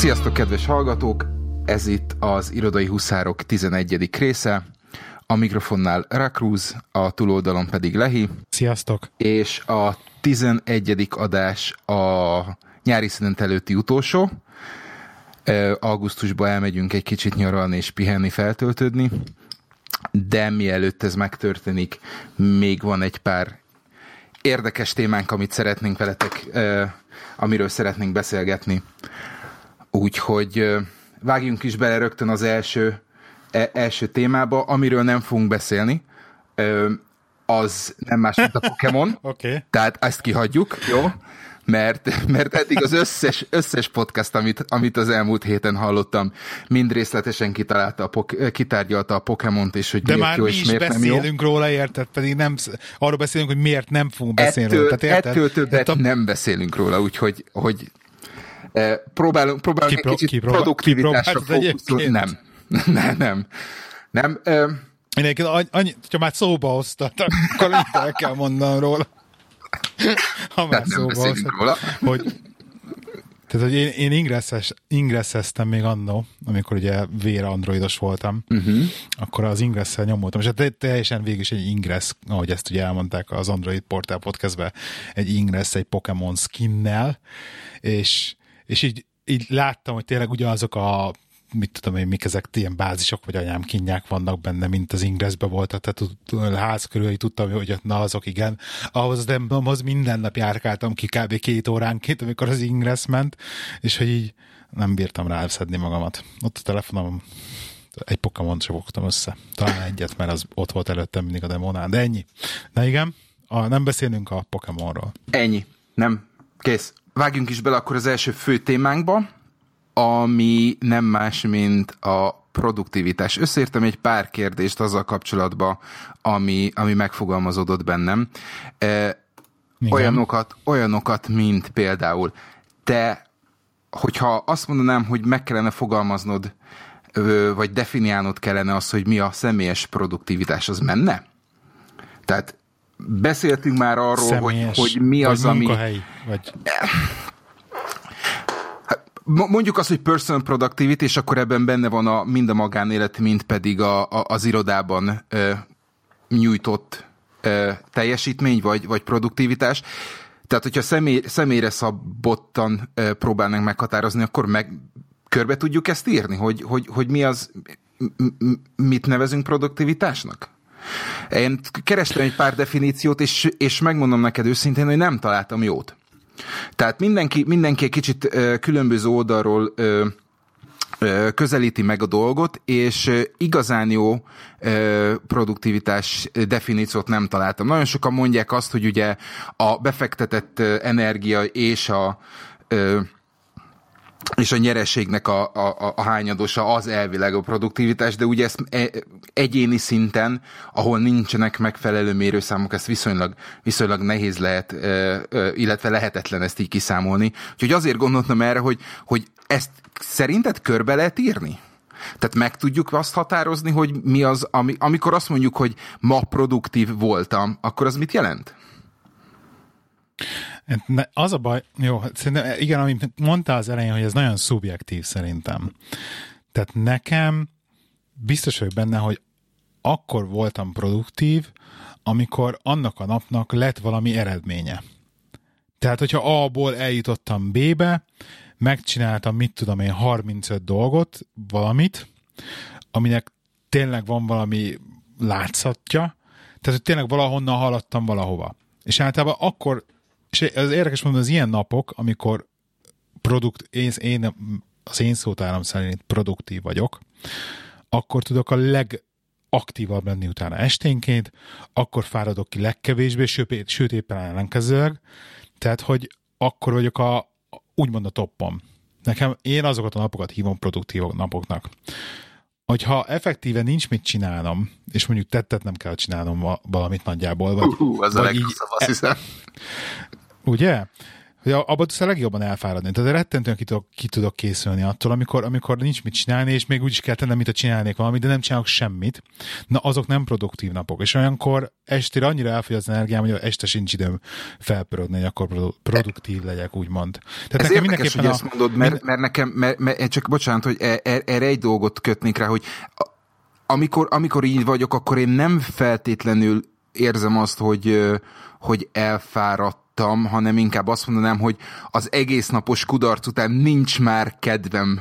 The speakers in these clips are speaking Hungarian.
Sziasztok, kedves hallgatók! Ez itt az Irodai Huszárok 11. része. A mikrofonnál Rakruz, a túloldalon pedig Lehi. Sziasztok! És a 11. adás a nyári szünet előtti utolsó. Augusztusban elmegyünk egy kicsit nyaralni és pihenni, feltöltődni. De mielőtt ez megtörténik, még van egy pár érdekes témánk, amit szeretnénk veletek, amiről szeretnénk beszélgetni. Úgyhogy vágjunk is bele rögtön az első témába, amiről nem fogunk beszélni. Az nem más, mint a Pokémon. Okay. Tehát ezt kihagyjuk, jó? Mert eddig az összes podcast, amit az elmúlt héten hallottam, mind részletesen kitárgyalta a Pokémont, és hogy de miért jó és miért nem jó. De már mi is beszélünk róla, érted? Pedig nem, arról beszélünk, hogy miért nem fogunk beszélni róla. Ettől többet nem beszélünk róla, úgyhogy próbálunk egy kicsit produktivitásra fókuszolni. Nem. Én egyébként, hogyha már szóba hoztad, akkor el kell mondanom róla. Ha már szóba hoztad, hogy én ingresszeztem még annó, amikor ugye vér androidos voltam, akkor az ingresszel nyomultam, és hát teljesen végül is egy ingressz, ahogy ezt ugye elmondták az Android Portál podcastben, egy ingressz, egy Pokémon skinnel, és így láttam, hogy tényleg ugyanazok a mit tudom én, mik ezek ilyen bázisok, vagy anyám kínják vannak benne, mint az ingressbe voltak, tehát a ház körül, hogy tudtam, hogy na azok igen. Ahhoz minden nap járkáltam ki kb. 2 óránként, amikor az ingressz ment, és hogy így nem bírtam rászedni magamat. Ott a telefonom egy Pokémont sem fogtam össze. Talán egyet, mert az ott volt előttem mindig a demonán, de ennyi. Na igen, nem beszélünk a Pokémonról. Ennyi. Nem. Kész. Vágjunk is bele akkor az első fő témánkba, ami nem más, mint a produktivitás. Összeírtam egy pár kérdést azzal kapcsolatban, ami megfogalmazódott bennem. Olyanokat, mint például te, hogyha azt mondanám, hogy meg kellene fogalmaznod, vagy definiálnod kellene azt, hogy mi a személyes produktivitás, az menne? Tehát beszéltünk már arról, személyes, hogy mi az, ami... munkahelyi, vagy... Mondjuk azt, hogy personal productivity, és akkor ebben benne van mind a magánélet, mind pedig az irodában nyújtott teljesítmény, vagy produktivitás. Tehát, hogyha személyre szabottan próbálnánk meghatározni, akkor körbe tudjuk ezt írni, hogy mi az, mit nevezünk produktivitásnak? Én kerestem egy pár definíciót, és megmondom neked őszintén, hogy nem találtam jót. Tehát mindenki egy kicsit különböző oldalról közelíti meg a dolgot, és igazán jó produktivitás definíciót nem találtam. Nagyon sokan mondják azt, hogy ugye a befektetett energia és a nyereségnek a hányadosa az elvileg a produktivitás, de ugye ezt egyéni szinten, ahol nincsenek megfelelő mérőszámok, ezt viszonylag nehéz lehet, illetve lehetetlen ezt így kiszámolni. Úgyhogy azért gondoltam erre, hogy ezt szerinted körbe lehet írni? Tehát meg tudjuk azt határozni, hogy mi az, amikor azt mondjuk, hogy ma produktív voltam, akkor az mit jelent? Az a baj, jó, szerintem igen, amit mondtál az elején, hogy ez nagyon szubjektív szerintem. Tehát nekem biztos vagyok benne, hogy akkor voltam produktív, amikor annak a napnak lett valami eredménye. Tehát, hogyha A-ból eljutottam B-be, megcsináltam, 35 dolgot, valamit, aminek tényleg van valami látszatja, tehát, hogy tényleg valahonnan haladtam valahova. És általában akkor, és az érdekes mondom, az ilyen napok, amikor az én szótáram szerint produktív vagyok, akkor tudok a legaktívabb lenni utána esténként, akkor fáradok ki legkevésbé, sőt éppen ellenkezőleg, tehát, hogy akkor vagyok úgymond a toppom. Én azokat a napokat hívom produktív napoknak. Hogyha effektíven nincs mit csinálnom, és mondjuk tettet nem kell csinálnom valamit nagyjából, vagy... az a legrosszabb, azt hiszem. Ugye? hogy abban tudsz a legjobban elfáradni. Tehát rettentően ki tudok készülni attól, amikor nincs mit csinálni, és még úgy is kell tennem, mint a csinálnék valamit, de nem csinálok semmit. Na, azok nem produktív napok. És olyankor estére annyira elfogy az energiám, hogy este sincs időm felpörögni, hogy akkor produktív legyek, úgymond. Tehát ez érdekes, hogy ezt mondod, mert nekem, mert csak bocsánat, hogy erre egy dolgot kötnék rá, hogy amikor így vagyok, akkor én nem feltétlenül érzem azt, hogy elfáradtam, hanem inkább azt mondanám, hogy az egész napos kudarc után nincs már kedvem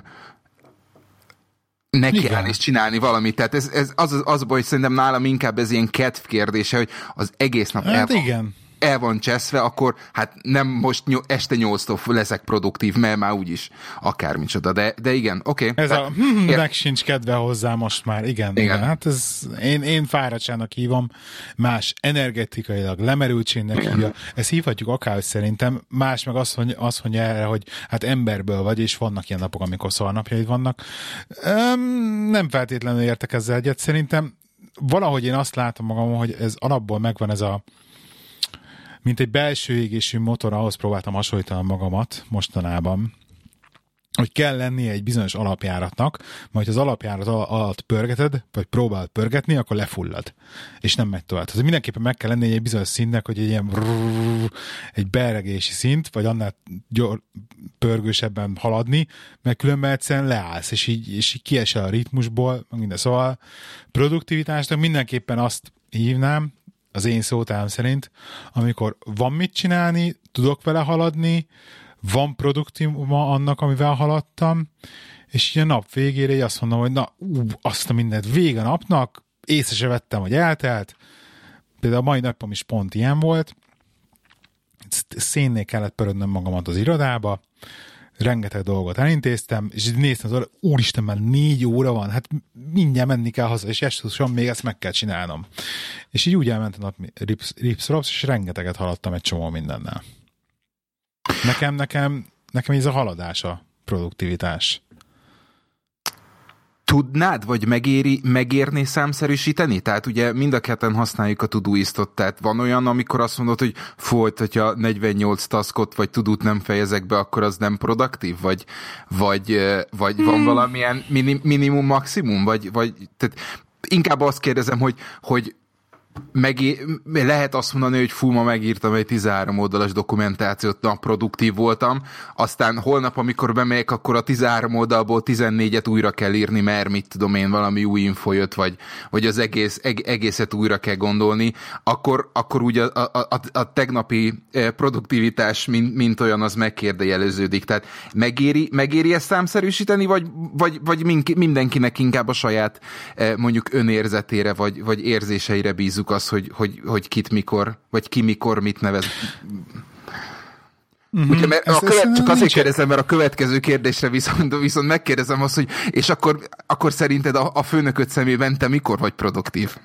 nekiállni és csinálni valamit. Tehát ez az baj, hogy szerintem nálam inkább ez ilyen kedv kérdése, hogy az egész nap el van cseszve, akkor hát nem most este 8-tól leszek produktív, mert már úgyis akármicsoda. De igen, oké. Ez meg sincs kedve hozzá most már, igen. Hát én fáradtságnak hívom, más energetikailag lemerültségnek hívja. Ezt hívhatjuk akárhogy szerintem, más meg azt mondja erre, hogy hát emberből vagy, és vannak ilyen napok, amikor szarnapjaid vannak. Nem feltétlenül értek ezzel egyet. Szerintem valahogy én azt látom magam, hogy ez alapból megvan ez mint egy belső égésű motor, ahhoz próbáltam hasonlítani magamat mostanában, hogy kell lennie egy bizonyos alapjáratnak, majd az alapjárat alatt pörgeted, vagy próbálod pörgetni, akkor lefullad, és nem megy tovább. Tehát mindenképpen meg kell lennie egy bizonyos szintnek, hogy egy ilyen egy beregési szint, vagy annál pörgősebben haladni, mert különben egyszerűen leállsz, és így kiesel a ritmusból, minden. Szóval produktivitásnak mindenképpen azt hívnám, az én szótám szerint, amikor van mit csinálni, tudok vele haladni, van produktíva annak, amivel haladtam, és így a nap végére azt mondom, hogy azt a mindent vége a napnak, észre se vettem, hogy eltelt. Például a mai napom is pont ilyen volt. Szénnél kellett pörögnöm magamat az irodába, rengeteg dolgot elintéztem, és néztem az óra, úristen, már 4 óra van, hát mindjárt menni kell haza, és esküszöm, még ezt meg kell csinálnom. És így úgy elment a nap rips-rops, és rengeteget haladtam egy csomó mindennel. Nekem ez a haladás a produktivitás. Tudnád, vagy megérni számszerűsíteni? Tehát ugye mind a ketten használjuk a Todoistot, tehát van olyan, amikor azt mondod, hogy hogyha 48 taskot vagy tudót nem fejezek be, akkor az nem produktív? Vagy van valamilyen minimum, maximum? Vagy tehát inkább azt kérdezem, hogy lehet azt mondani, hogy ma megírtam egy 13 oldalas dokumentációt, produktív voltam, aztán holnap, amikor bemegyek, akkor a 13 oldalból 14-et újra kell írni, mert mit tudom én, valami új info jött, vagy az egészet újra kell gondolni, akkor úgy a tegnapi produktivitás, mint olyan, az megkérdőjeleződik. Tehát megéri ezt számszerűsíteni, vagy mindenkinek inkább a saját mondjuk önérzetére, vagy érzéseire bízunk az, hogy kit mikor, vagy ki mikor mit nevez. Ugye, csak azért kérdezem, mert a következő kérdésre viszont megkérdezem azt, hogy és akkor szerinted a főnököd szemében te mikor vagy produktív?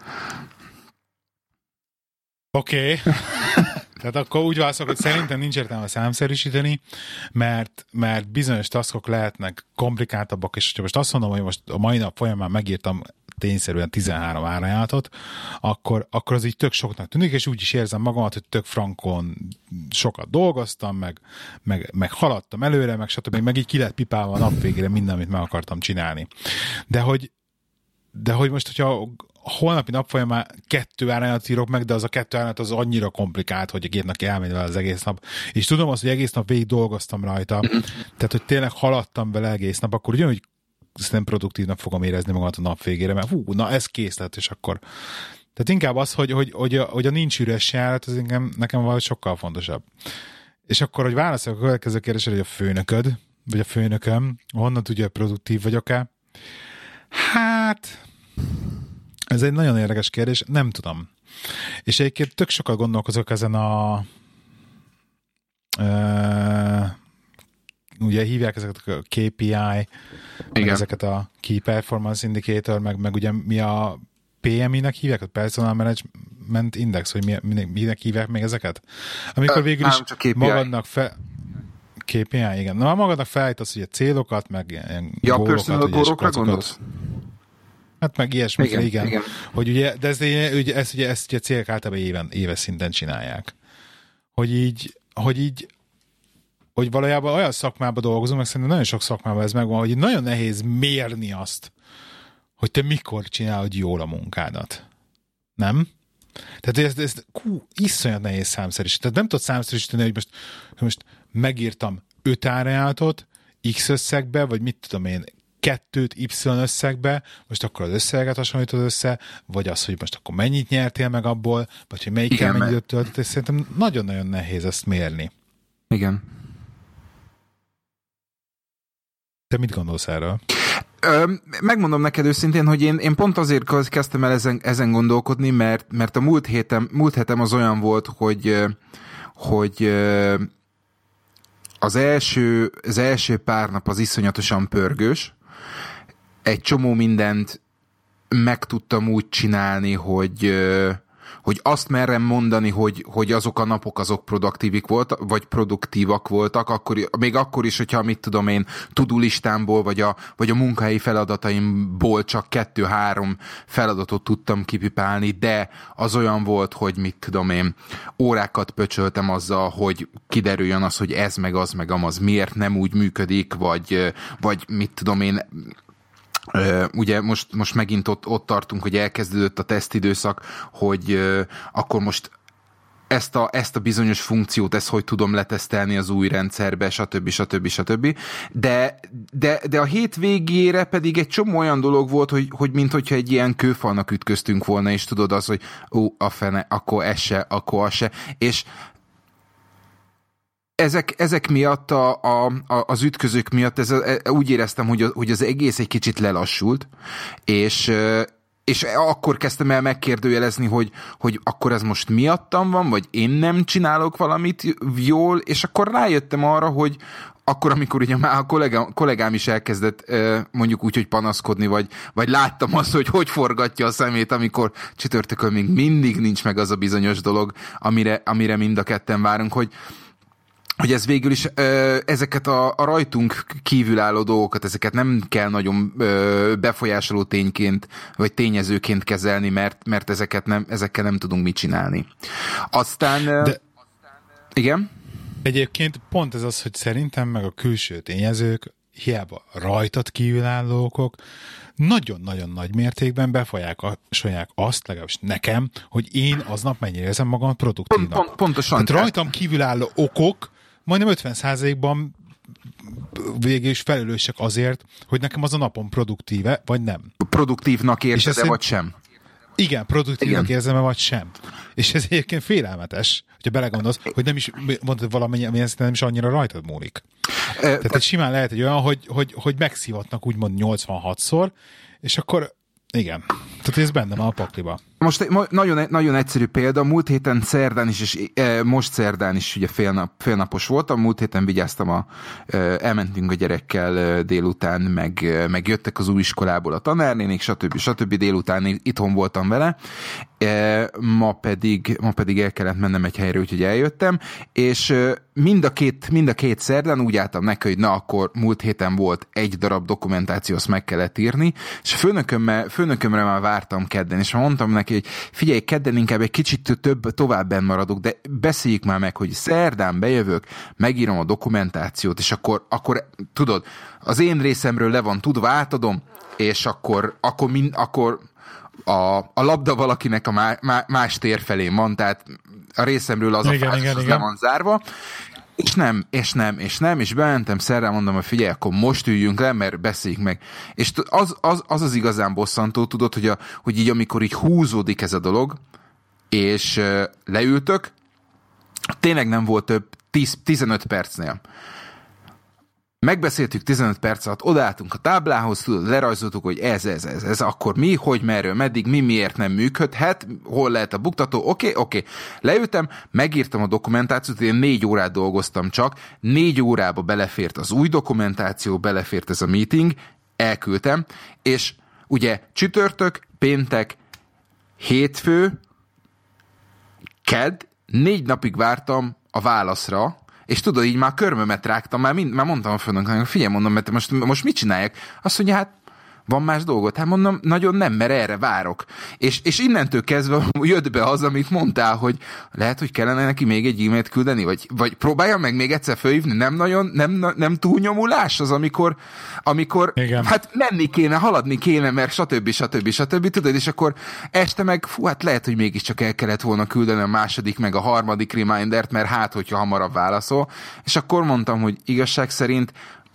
Oké. Tehát akkor úgy válaszolok, hogy szerintem nincs értelme számszerűsíteni, mert bizonyos taskok lehetnek komplikáltabbak, és ha most azt mondom, hogy most a mai nap folyamán megírtam tényszerűen 13 árajánlatot, akkor az így tök soknak tűnik, és úgy is érzem magamat, hogy tök frankon sokat dolgoztam, meg haladtam előre, meg stb. Meg így ki lett pipálva a nap végére minden, amit meg akartam csinálni. De hogy most, hogyha a holnapi nap folyamán 2 árajánlatot írok meg, de az a 2 árajánlat az annyira komplikált, hogy a gépnek elmegy vele az egész nap. És tudom azt, hogy egész nap végig dolgoztam rajta, tehát hogy tényleg haladtam vele egész nap, akkor ugyanúgy nem produktívnak fogom érezni magamat a nap végére, mert ez kész lett, és akkor... Tehát inkább az, hogy a nincs üres járat, az nekem valahogy sokkal fontosabb. És akkor, hogy válaszolok a következő kérdésre, hogy a főnököd, vagy a főnököm, honnan tudja, hogy produktív vagyok-e? Hát... Ez egy nagyon érdekes kérdés, nem tudom. És egyébként tök sokat gondolkozok ezen ugye hívják ezeket a KPI, meg ezeket a Key Performance Indicator, meg ugye mi a PMI-nek hívják, a Personal Management Index, hogy minek hívják még ezeket? Amikor végül is magadnak KPI, igen. Na, magadnak felállítasz ugye célokat, meg ilyen gólokat. Personal gólokra gondolsz? Hát meg ilyesmi, igen. Hogy ugye, de ezt ugye célok általában éves szinten csinálják. Hogy így hogy valójában olyan szakmában dolgozunk, meg szerintem nagyon sok szakmában ez megvan, hogy nagyon nehéz mérni azt, hogy te mikor csinálod jól a munkádat. Nem? Tehát ez iszonyat nehéz számszerűsíteni. Tehát nem tudod számszerűsíteni, hogy most megírtam 5 árajánlatot X összegbe, vagy mit tudom én, 2-t Y összegbe, most akkor az összeget hasonlítod össze, vagy az, hogy most akkor mennyit nyertél meg abból, vagy hogy melyikkel mennyi időt töltött, és szerintem nagyon-nagyon nehéz ezt mérni. Igen. Te mit gondolsz erről? Megmondom neked őszintén, hogy én pont azért kezdtem el ezen gondolkodni, mert a múlt hetem az olyan volt, hogy az első pár nap az iszonyatosan pörgős. Egy csomó mindent meg tudtam úgy csinálni, hogy azt merem mondani, hogy azok a napok azok produktívak voltak, még akkor is, hogyha mit tudom én, to-do listámból, vagy a munkahelyi feladataimból csak 2-3 feladatot tudtam kipipálni, de az olyan volt, hogy mit tudom én, órákat pöcsöltem azzal, hogy kiderüljön az, hogy ez meg az meg amaz miért nem úgy működik, vagy mit tudom én, ugye most megint ott tartunk, hogy elkezdődött a tesztidőszak, hogy akkor most ezt a bizonyos funkciót, ezt hogy tudom letesztelni az új rendszerbe, stb. De a hét végére pedig egy csomó olyan dolog volt, hogy minthogyha egy ilyen kőfalnak ütköztünk volna, és tudod az, hogy a fene, akkor ez se, akkor az se, és ezek miatt, az ütközők miatt úgy éreztem, hogy az egész egy kicsit lelassult, és akkor kezdtem el megkérdőjelezni, hogy akkor ez most miattam van, vagy én nem csinálok valamit jól, és akkor rájöttem arra, hogy akkor, amikor ugye már a kollégám is elkezdett mondjuk úgy, hogy panaszkodni, vagy láttam azt, hogy forgatja a szemét, amikor csütörtökön még mindig nincs meg az a bizonyos dolog, amire mind a ketten várunk, hogy ez végül is ezeket a rajtunk kívülálló dolgokat, ezeket nem kell nagyon befolyásoló tényként, vagy tényezőként kezelni, mert ezekkel nem tudunk mit csinálni. Aztán... Igen? Egyébként pont ez az, hogy szerintem meg a külső tényezők, hiába rajtad kívülállókok, nagyon-nagyon nagy mértékben befolyásolják azt, legalábbis nekem, hogy én aznap mennyire érzem magam produktívnak. Pontosan. Tehát rajtam kívülálló okok majdnem 50%-ban végül is felelősek azért, hogy nekem az a napom produktíve, vagy nem. Produktívnak érzed-e, vagy sem? Igen, produktívnak érzem-e, vagy sem. És ez egyébként félelmetes, hogyha belegondolsz, hogy nem is mondod valamilyen nem is annyira rajtad múlik. Tehát egy simán lehet egy olyan, hogy megszivatnak úgymond 86-szor, és akkor igen. Tehát ez benne van a pakliba. Most nagyon egyszerű példa, múlt héten szerdán is, és most szerdán is ugye félnapos voltam, múlt héten vigyáztam, elmentünk a gyerekkel délután, meg jöttek az új iskolából a tanárnénik, stb. Délután itthon voltam vele, ma pedig el kellett mennem egy helyre, úgyhogy eljöttem, és mind a két szerdán úgy álltam neki, hogy na akkor múlt héten volt egy darab dokumentáció, azt meg kellett írni, és főnökömre már vártam kedden, és mondtam neki, hogy figyelj, kedden inkább egy kicsit továbben maradok, de beszéljük már meg, hogy szerdán bejövök, megírom a dokumentációt, és akkor tudod, az én részemről le van tudva, átadom, és akkor a labda valakinek a más tér felé van, tehát a részemről az igen. Le van zárva, és bementem szerdán, mondom, hogy figyelj, akkor most üljünk le, mert beszéljük meg. És az igazán bosszantó, tudod, hogy így amikor így húzódik ez a dolog, és leültök, tényleg nem volt több 15 percnél. Megbeszéltük 15 perc alatt, odaálltunk a táblához, tudod, lerajzoltuk, hogy ez, akkor mi, hogy, merről, meddig, miért nem működhet, hol lehet a buktató, oké. Leültem, megírtam a dokumentációt, én 4 órát dolgoztam csak, 4 órába belefért az új dokumentáció, belefért ez a meeting, elküldtem, és ugye csütörtök, péntek, hétfő, kedd, 4 napig vártam a válaszra, és tudod, így már körmömet rágtam, már mondtam a főnöknek, figyelj, mondom, mert most mit csinálják? Azt mondja, hát Van más dolgot? Hát mondom, nagyon nem, mert erre várok. És innentől kezdve jött be az, amit mondtál, hogy lehet, hogy kellene neki még egy e-mailt küldeni, vagy próbálja meg még egyszer fölhívni, nem túlnyomulás az, amikor hát menni kéne, haladni kéne, mert stb. Tudod, és akkor este meg, hát lehet, hogy mégiscsak el kellett volna küldeni a második, meg a harmadik remindert, mert hát, hogyha hamarabb válaszol, és akkor mondtam, hogy igazság szerint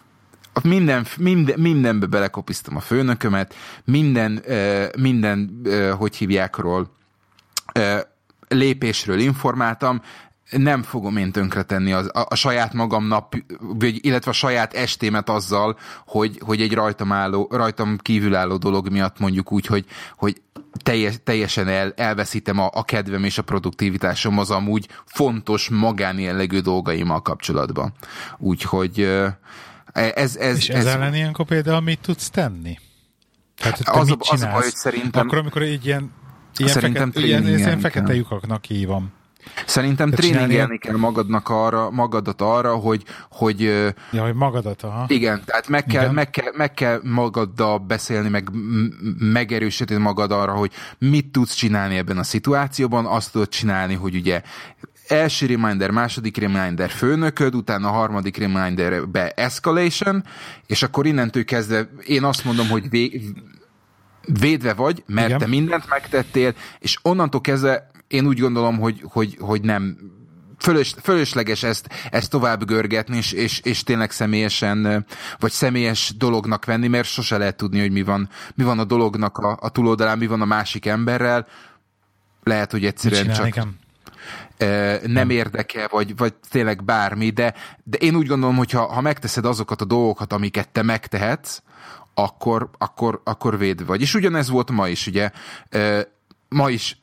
mindenbe belekopiztam a főnökömet, minden hogy hívjákról, lépésről informáltam, nem fogom én tönkretenni a saját magam illetve a saját estémet azzal, hogy egy rajtam kívülálló dolog miatt mondjuk úgy, hogy teljesen elveszítem a kedvem és a produktivitásom az amúgy fontos magánjellegű dolgaimmal kapcsolatban. Úgyhogy és ez ellen ilyenkor például mit tudsz tenni? Tehát az a baj, hogy szerintem... Akkor, amikor egy ilyen fekete lyukaknak hívom. Szerintem tréningelni kell magadat arra, hogy magadat, aha. Igen, tehát meg kell magaddal beszélni, meg megerősíteni magad arra, hogy mit tudsz csinálni ebben a szituációban, azt tudod csinálni, hogy ugye első reminder, második reminder főnököd, utána a harmadik reminderbe escalation, és akkor innentől kezdve én azt mondom, hogy védve vagy, mert igen, te mindent megtettél, és onnantól kezdve én úgy gondolom, hogy nem fölösleges ezt tovább görgetni, és tényleg személyesen, vagy személyes dolognak venni, mert sose lehet tudni, hogy mi van a dolognak a túloldalán, mi van a másik emberrel. Lehet, hogy egyszerűen csak nem érdekel, vagy tényleg bármi, de én úgy gondolom, hogy ha megteszed azokat a dolgokat, amiket te megtehetsz, akkor védve vagy. És ugyanez volt ma is, ugye. Ma is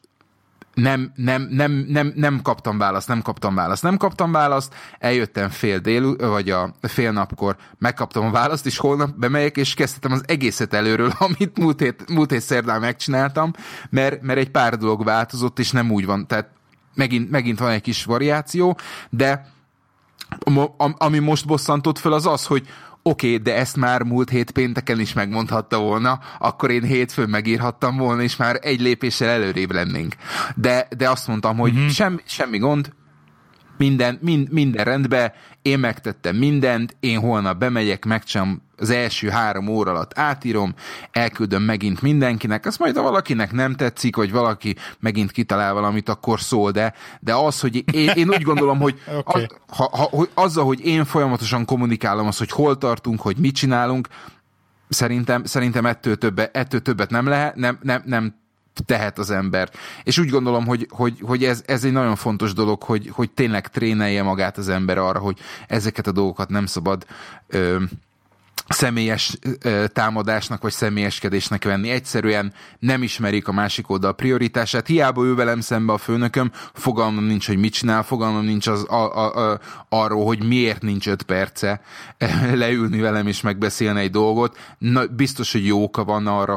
nem kaptam választ, eljöttem fél napkor, megkaptam a választ, és holnap bemegyek, és kezdtem az egészet előről, amit múlt hét szerdán megcsináltam, mert egy pár dolog változott, és nem úgy van, tehát megint van egy kis variáció, de ami most bosszantott föl az, hogy oké, de ezt már múlt hét pénteken is megmondhatta volna, akkor én hétfőn megírhattam volna, és már egy lépéssel előrébb lennénk. De azt mondtam, hogy semmi gond, minden rendben, én megtettem mindent, én holnap bemegyek, megcsinálom az első 3 óra alatt átírom, elküldöm megint mindenkinek, azt majd ha valakinek nem tetszik, vagy valaki megint kitalál valamit, akkor szól, de az, hogy én úgy gondolom, hogy okay, azzal, hogy én folyamatosan kommunikálom azt, hogy hol tartunk, hogy mit csinálunk, szerintem ettől többet nem lehet, nem tehet az ember. És úgy gondolom, hogy ez egy nagyon fontos dolog, hogy tényleg trénelje magát az ember arra, hogy ezeket a dolgokat nem szabad személyes támadásnak vagy személyeskedésnek venni. Egyszerűen nem ismerik a másik oldal prioritását. Hiába ő velem szembe a főnököm, fogalmam nincs, hogy mit csinál, fogalmam nincs arról, hogy miért nincs 5 perce leülni velem és megbeszélni egy dolgot. Biztos, hogy jó oka van arra,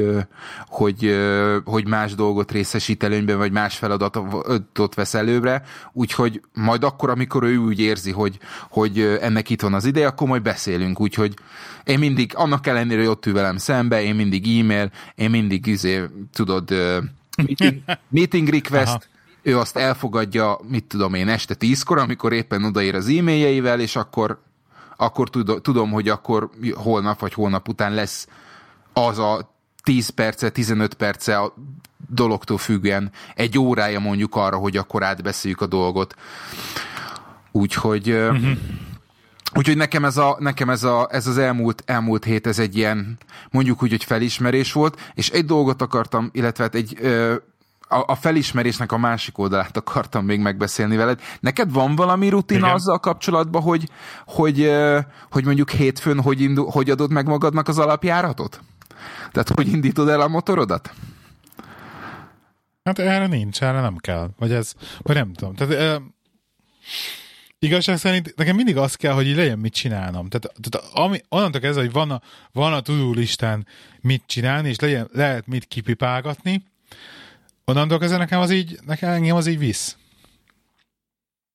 hogy más dolgot részesít előnyben, vagy más feladatot vesz előbbre. Úgyhogy majd akkor, amikor ő úgy érzi, hogy ennek itt van az ideje, akkor majd beszélünk. Úgyhogy én mindig, annak ellenére, hogy ott ül velem szembe, én mindig e-mail, én mindig meeting request, aha, ő azt elfogadja, mit tudom én, este 10-kor, amikor éppen odaér az e-mailjeivel, és akkor tudom, hogy akkor holnap vagy holnap után lesz az a 10 perce, 15 perce a dologtól függően, egy órája mondjuk arra, hogy akkor átbeszéljük a dolgot. Úgyhogy nekem ez az elmúlt hét, ez egy ilyen, mondjuk úgy, hogy felismerés volt, és egy dolgot akartam, illetve a felismerésnek a másik oldalát akartam még megbeszélni veled. Neked van valami rutina azzal kapcsolatban, hogy mondjuk hétfőn hogy adod meg magadnak az alapjáratot? Tehát hogy indítod el a motorodat? Hát erre nem kell. Vagy nem tudom. Tehát igazság szerint nekem mindig az kell, hogy így legyen mit csinálnom. Tehát onnantól kezdve, hogy van a to-do listán mit csinálni, és lehet mit kipipálgatni, onnantól kezdve engem az így visz.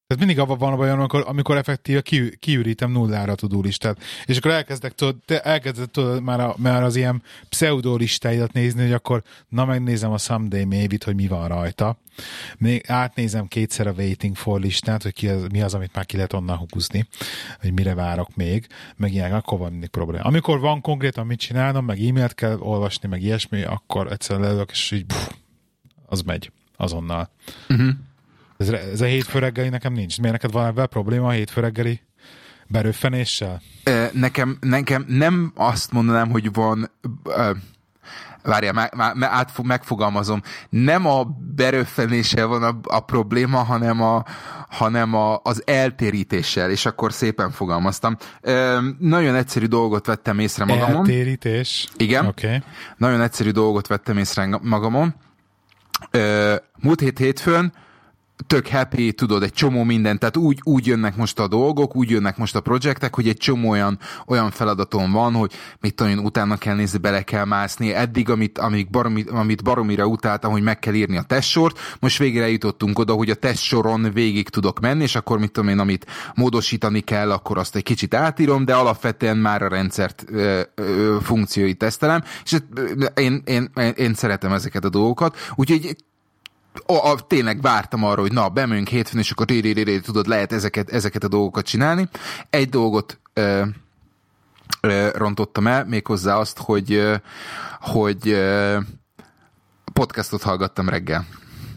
Tehát mindig abban van a bajom, amikor effektíve kiürítem nullára a to-do listát. És akkor elkezdett már az ilyen pseudo listáidat nézni, hogy akkor megnézem a Someday Maybe-t, hogy mi van rajta. Még átnézem kétszer a Waiting for listát, hogy mi az, amit már ki lehet onnan húzni, hogy mire várok még, meg ilyen, akkor van mindig probléma. Amikor van konkrétan mit csinálnom, meg e-mailt kell olvasni, meg ilyesmi, akkor egyszerűen leülök, és így az megy azonnal. Uh-huh. Ez a hétfő reggeli nekem nincs. Miért neked van ebben probléma a hétfő reggeli beröffenéssel? Nekem nem azt mondanám, hogy van... Várjál, megfogalmazom. Nem a beröffenéssel van a probléma, hanem az eltérítéssel, és akkor szépen fogalmaztam. Nagyon egyszerű dolgot vettem észre magamon. Eltérítés? Igen. Okay. Nagyon egyszerű dolgot vettem észre magamon. Múlt hétfőn tök happy, tudod, egy csomó minden, tehát úgy jönnek most a dolgok, úgy jönnek most a projektek, hogy egy csomó olyan feladatom van, hogy mit tudom én, utána kell nézni, bele kell mászni. Eddig, amit baromira utáltam, hogy meg kell írni a testsort, most végre eljutottunk oda, hogy a testsoron végig tudok menni, és akkor mit tudom én, amit módosítani kell, akkor azt egy kicsit átírom, de alapvetően már a rendszert funkcióit tesztelem, és én szeretem ezeket a dolgokat, úgyhogy tényleg vártam arra, hogy bemegyünk hétfőn, és akkor tudod, lehet ezeket a dolgokat csinálni. Egy dolgot rontottam el, méghozzá azt, hogy podcastot hallgattam reggel.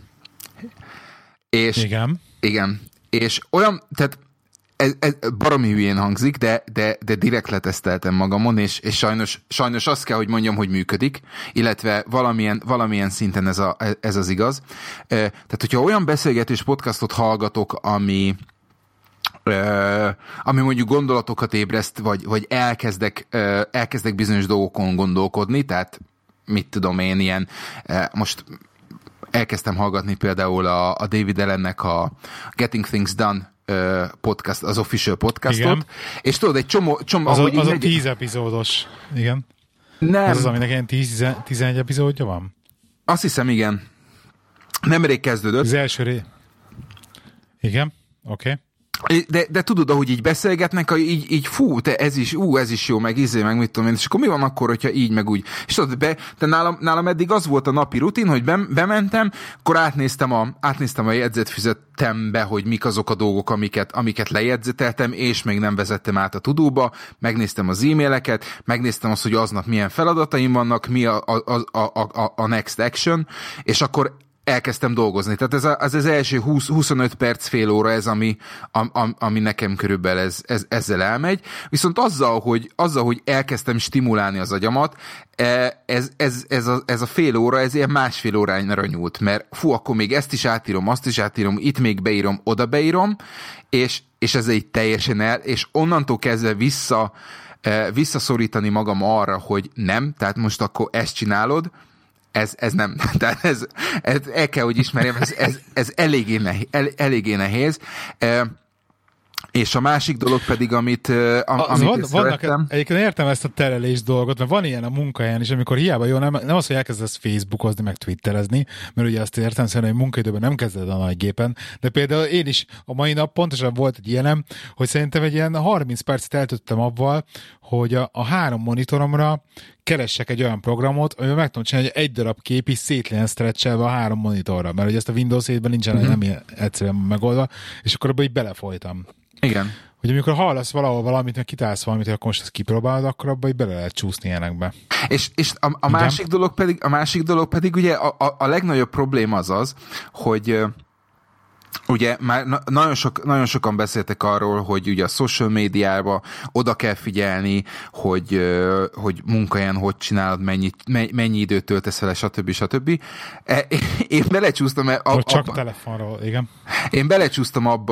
És, igen. És olyan, tehát ez baromi hülyén hangzik, de direkt leteszteltem magamon, és sajnos azt kell, hogy mondjam, hogy működik, illetve valamilyen szinten ez az igaz. Tehát, hogyha olyan beszélgetős podcastot hallgatok, ami mondjuk gondolatokat ébreszt, vagy elkezdek bizonyos dolgokon gondolkodni, tehát mit tudom én, ilyen most elkezdtem hallgatni például a David Allennek a Getting Things Done podcast, az official podcastot, igen. És tudod, egy csomó az a 10 epizódos, igen. Nem. Az, aminek ilyen 10-11 epizódja van? Azt hiszem, igen. Nemrég kezdődött. Az első igen, oké. Okay. De tudod, ahogy így beszélgetnek, így fú, te ez is jó, meg mit tudom én, és akkor mi van akkor, hogyha így, meg úgy. És tudod, de nálam eddig az volt a napi rutin, hogy bementem, akkor átnéztem a jegyzetfüzetembe, hogy mik azok a dolgok, amiket lejegyzeteltem, és még nem vezettem át a tudóba, megnéztem az e-maileket, megnéztem azt, hogy aznap milyen feladataim vannak, mi a next action, és akkor elkezdtem dolgozni. Tehát ez az első 20-25 perc, fél óra ez, ami nekem körülbelül ezzel elmegy. Viszont azzal, hogy elkezdtem stimulálni az agyamat, ez a fél óra, ez ilyen másfél órányra nyúlt, mert akkor még ezt is átírom, azt is átírom, itt még beírom, oda beírom, és ez egy teljesen és onnantól kezdve visszaszorítani magam arra, hogy nem, tehát most akkor ezt csinálod, ez nem. Tehát ez el kell, hogy ismerjem, ez eléggé nehéz. És a másik dolog pedig, amit szerettem... Egyébként értem ezt a terelés dolgot, mert van ilyen a munkahelyen is, amikor hiába jó, nem az, hogy elkezdesz Facebookozni, meg Twitterezni, mert ugye azt értem szerint, hogy munkaidőben nem kezded a nagy gépen, de például én is a mai nap pontosan volt egy ilyenem, hogy szerintem egy ilyen 30 percet eltöltöttem abban, hogy a 3 monitoromra keressek egy olyan programot, amivel meg tudom csinálni, hogy egy darab kép is szét legyen stretchelve a 3 monitorra, mert ugye ezt a Windows 7-ben nincsen nem egyszerűen megoldva, és akkor abban így belefolytam. Igen. Hogy amikor hallasz valahol valamit, meg kitálsz valamit, hogy akkor most ezt kipróbálod, akkor abban így bele lehet csúszni ilyenekbe. És a másik dolog pedig ugye a legnagyobb probléma az, hogy ugye már nagyon sokan beszéltek arról, hogy ugye a social médiába oda kell figyelni, hogy munkahelyen hogy csinálod, mennyi időt töltesz vele, stb. Én belecsúsztam csak telefonról, igen. Én belecsúsztam abba,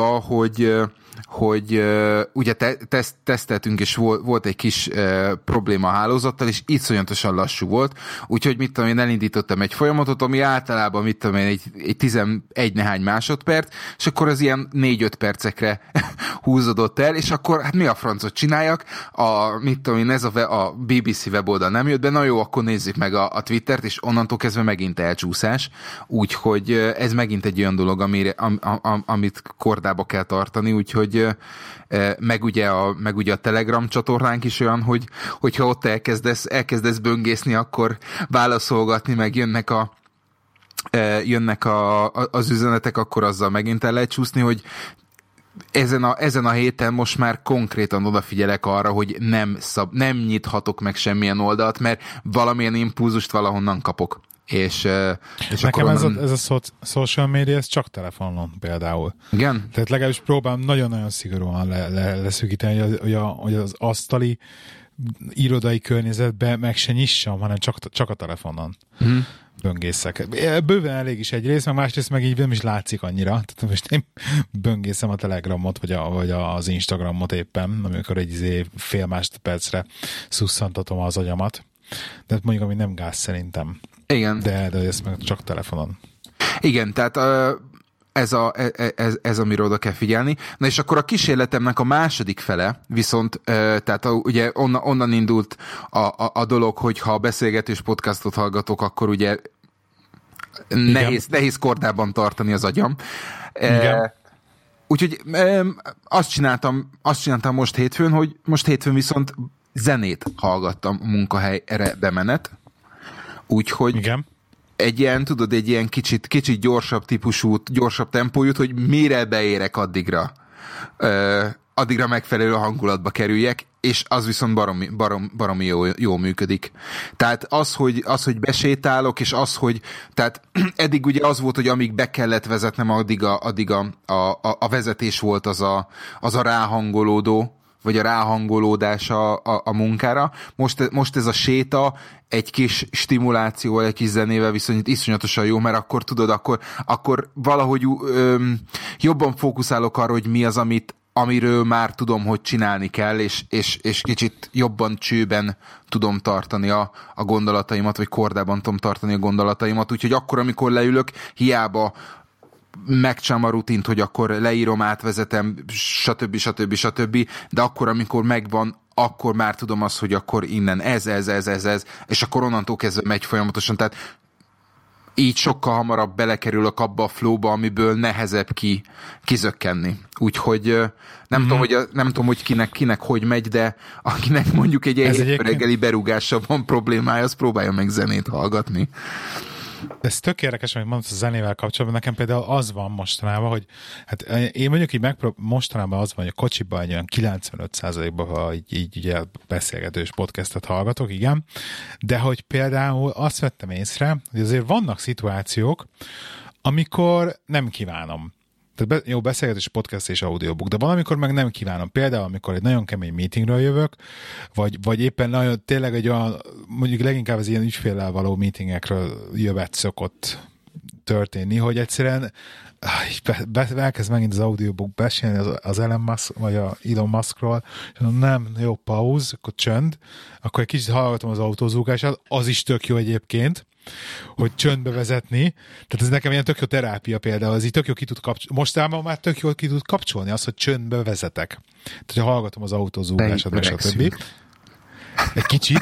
hogy ugye teszteltünk, és volt egy kis probléma a hálózattal, és iszonyatosan lassú volt, úgyhogy mit tudom én, elindítottam egy folyamatot, ami általában mit tudom én, egy 11 nehány másodperc, és akkor az ilyen 4-5 percekre húzódott el, és akkor hát mi a francot csináljak? Mit tudom én, a BBC weboldal nem jött be, na jó, akkor nézzük meg a Twittert, és onnantól kezdve megint elcsúszás, úgyhogy ez megint egy olyan dolog, amit kordába kell tartani, úgyhogy meg ugye a Telegram csatornánk is olyan, hogyha ott elkezdesz böngészni, akkor válaszolgatni, meg jönnek az üzenetek, akkor azzal megint el lehet csúszni, hogy ezen a héten most már konkrétan odafigyelek arra, hogy nem nyithatok meg semmilyen oldalt, mert valamilyen impulzust valahonnan kapok. És nekem ez a social media, ez csak telefonon például. Igen? Tehát legalábbis próbálom nagyon-nagyon szigorúan leszűkíteni, hogy az asztali irodai környezetben meg se nyissam, hanem csak a telefonon böngészek. Bőven elég is egyrészt, meg másrészt meg így nem is látszik annyira. Tehát most én böngészem a Telegramot, vagy az Instagramot éppen, amikor egy fél másodpercre szusszantatom az agyamat. De mondjuk, ami nem gáz szerintem. Igen. De ezt meg csak telefonon. Igen, tehát ez amiről oda kell figyelni. Na és akkor a kísérletemnek a második fele, viszont tehát ugye onnan indult a dolog, hogy ha beszélgetős podcastot hallgatok, akkor ugye nehéz kordában tartani az agyam. Úgyhogy azt csináltam most hétfőn, hogy most hétfőn viszont zenét hallgattam munkahelyre bemenet. Úgyhogy igen. egy ilyen kicsit gyorsabb típusú, gyorsabb tempójút, hogy mire beérek addigra megfelelő hangulatba kerüljek, és az viszont baromi jó működik. Tehát az, hogy besétálok, és tehát eddig ugye az volt, hogy amíg be kellett vezetnem, addig a vezetés volt az a ráhangolódó, vagy a ráhangolódás a munkára. Most ez a séta egy kis stimulációval, egy kis zenével viszont iszonyatosan jó, mert akkor tudod, akkor valahogy jobban fókuszálok arra, hogy mi az, amiről már tudom, hogy csinálni kell, és kicsit jobban csőben tudom tartani a gondolataimat, vagy kordában tudom tartani a gondolataimat. Úgyhogy akkor, amikor leülök, hiába megcsinálom a rutint, hogy akkor leírom, átvezetem, stb. De akkor, amikor megvan, akkor már tudom azt, hogy akkor innen ez, és akkor onnantól kezdve megy folyamatosan. Tehát így sokkal hamarabb belekerülök abba a flowba, amiből nehezebb kizökkenni. Úgyhogy nem tudom, hogy kinek hogy megy, de akinek mondjuk egy reggeli berúgással van problémája, az próbálja meg zenét hallgatni. Ez tök érdekes, amit mondsz a zenével kapcsolatban. Nekem például az van mostanában, hogy hát én mondjuk így mostanában az van, hogy a kocsiban egy olyan 95%-ban, ha így ugye beszélgetős podcastet hallgatok, igen, de hogy például azt vettem észre, hogy azért vannak szituációk, amikor nem kívánom. Tehát jó, beszélgetés, podcast és audiobook, de valamikor meg nem kívánom. Például, amikor egy nagyon kemény meetingről jövök, vagy éppen tényleg egy olyan, mondjuk leginkább az ilyen ügyféllel való meetingekről jövet szokott történni, hogy egyszerűen elkezd megint az audiobook beszélni az Elon Musk, vagy a Elon Muskról, és nem, jó, pauz, akkor csönd, akkor egy kicsit hallgatom az autózúgását, az is tök jó egyébként, hogy csöndbe vezetni. Tehát ez nekem ilyen tök jó terápia például, az így tök jó ki tud kapcsolni. Mostában már tök jól ki tud kapcsolni az, hogy csöndbe vezetek. Tehát, ha hallgatom az autózúgását, meg stb. Egy kicsit.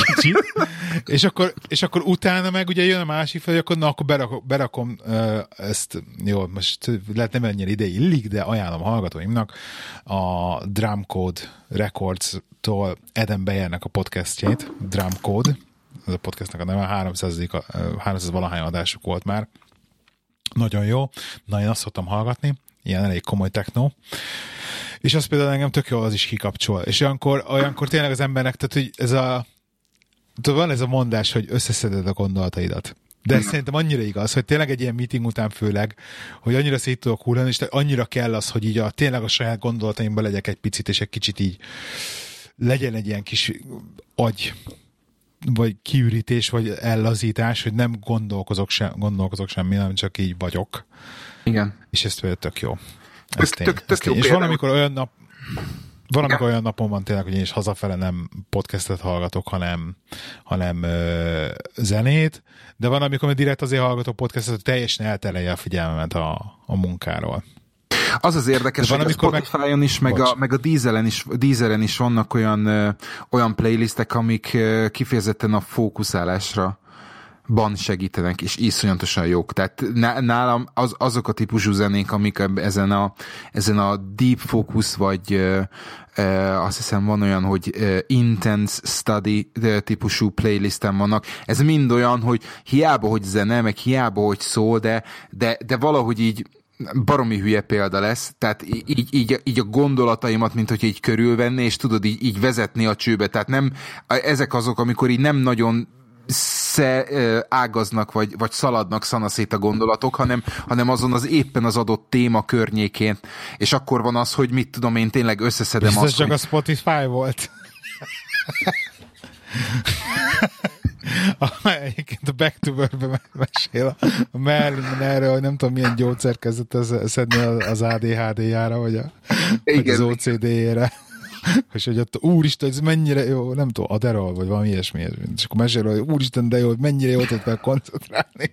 és akkor utána meg ugye jön a másik fel, hogy akkor berakom ezt, jó, most lehet nem ennyire ide illik, de ajánlom hallgatóimnak a Drumcode Records-tól Adam Beyernek a podcastjét, Drumcode, ez a podcastnak a neve, 300 valahány adásuk volt már. Nagyon jó. Na, én azt szoktam hallgatni, ilyen elég komoly techno. És az például engem tök jó, az is kikapcsol. És olyankor tényleg az embernek, tehát hogy van ez a mondás, hogy összeszeded a gondolataidat. De ez szerintem annyira igaz, hogy tényleg egy ilyen meeting után főleg, hogy annyira szét tudok hullani, és annyira kell az, hogy így tényleg a saját gondolataimban legyek egy picit, és egy kicsit így legyen egy ilyen kis agy vagy kiürítés, vagy ellazítás, hogy nem gondolkozok semmi, nem csak így vagyok. Igen. És ez tök jó. Tök jó. És valamikor olyan napon van tényleg, hogy én is hazafele nem podcastet hallgatok, hanem zenét, de van, amikor direkt azért hallgatok podcastet, hogy teljesen elterelje a figyelmemet a munkáról. Az az érdekes, hogy a Spotify-on is, meg a Deezeren is vannak olyan playlistek, amik kifejezetten a fókuszálásra segítenek, és iszonyatosan jók. Tehát nálam azok a típusú zenék, amik ezen a deep focus, vagy azt hiszem van olyan, hogy intense study típusú playlisten vannak. Ez mind olyan, hogy hiába, hogy zene, meg hiába, hogy szól, de valahogy így baromi hülye példa lesz, tehát így a gondolataimat, mint hogy így körülvenni, és tudod így vezetni a csőbe. Tehát nem, ezek azok, amikor így nem nagyon ágaznak, vagy szaladnak szanaszét a gondolatok, hanem azon éppen az adott téma környékén. És akkor van az, hogy mit tudom én, tényleg összeszedem azt, ez csak a Spotify volt. Egyébként a Back to Work-ben mesél a Merlin erről, hogy nem tudom milyen gyógyszer kezdett szedni az ADHD-jára, vagy az OCD-jére. És hogy ott, úristen, ez mennyire jó, nem tudom, Adderall, vagy valami ilyesmi. És akkor mesél, hogy úristen, de jó, hogy mennyire jó tudtál koncentrálni.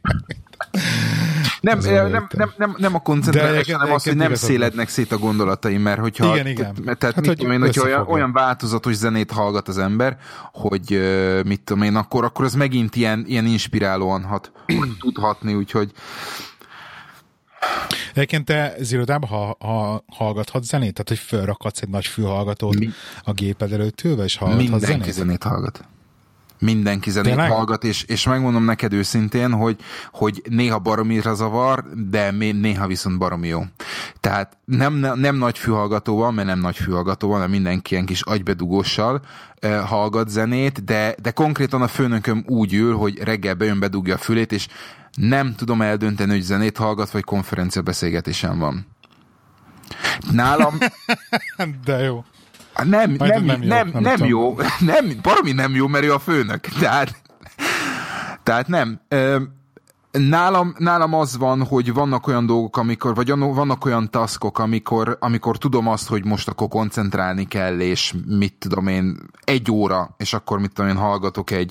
Nem a koncentrálás, hanem az, hogy nem szélednek szét a gondolataim, mert hogyha... Igen. Tehát hát, mit tudom én, hogyha olyan változatos zenét hallgat az ember, hogy mit tudom én, akkor ez megint ilyen inspirálóan tudhatni, úgyhogy... Egyébként te az irodában hallgathatsz zenét? Tehát, hogy felrakadsz egy nagy fülhallgatót a géped előtt ülve, és hallgathatsz zenét? Mindenki zenét hallgat. Mindenki zenét hallgat, és megmondom neked őszintén, hogy néha baromira zavar, de néha viszont baromi jó. Tehát nem nagy fülhallgató van, mert nem nagy fülhallgató van, hanem mindenki ilyen kis agybedugóssal hallgat zenét, de konkrétan a főnököm úgy ül, hogy reggel bejön, bedugja a fülét, és nem tudom eldönteni, hogy zenét hallgat, vagy konferenciabeszélgetésen van. Nálam... De jó. Nem jó. Baromi nem jó, mert ő a főnök. Tehát nem. Nálam az van, hogy vannak olyan dolgok, vagy vannak olyan taskok, amikor tudom azt, hogy most akkor koncentrálni kell, és mit tudom én, 1 óra, és akkor mit tudom én, hallgatok egy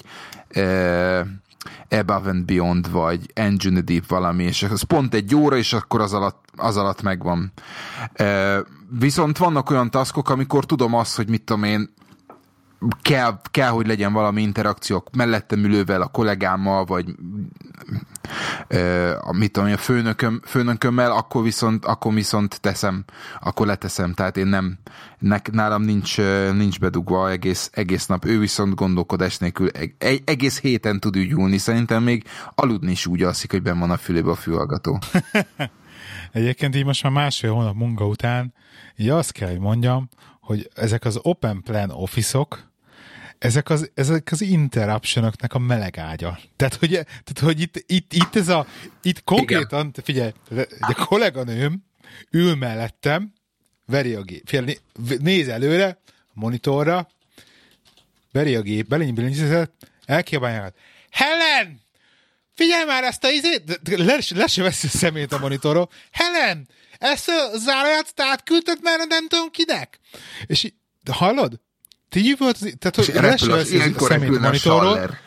Above and Beyond, vagy Engine Deep valami, és az pont 1 óra, és akkor az alatt megvan. Viszont vannak olyan taskok, amikor tudom azt, hogy mit tudom én, kell, hogy legyen valami interakciók mellettem ülővel, a kollégámmal, vagy mit tudom én, a főnökömmel, akkor viszont akkor leteszem. Tehát én nálam nincs bedugva egész nap. Ő viszont gondolkodás nélkül egész héten tud ügyülni. Szerintem még aludni is úgy alszik, hogy benn van a fülébe a fülhallgató. Egyébként így most már 1,5 hónap munka után, így azt kell, hogy mondjam, hogy ezek az open plan office-ok, ezek az interruption-öknek a meleg ágya. Tehát, hogy itt konkrétan, figyelj, a kolléganőm ül mellettem, veri a gép, néz előre, a monitorra, veri a gép, billentyűzetet, elkiabálja, Helen! Figyelj már ezt a izét! Le se veszi a szemét a monitorról. Helen! Ezt a zárójátszat átküldted már nem tudom kinek? És hallod? Tehát, hogy le se veszi a szemét a monitorról.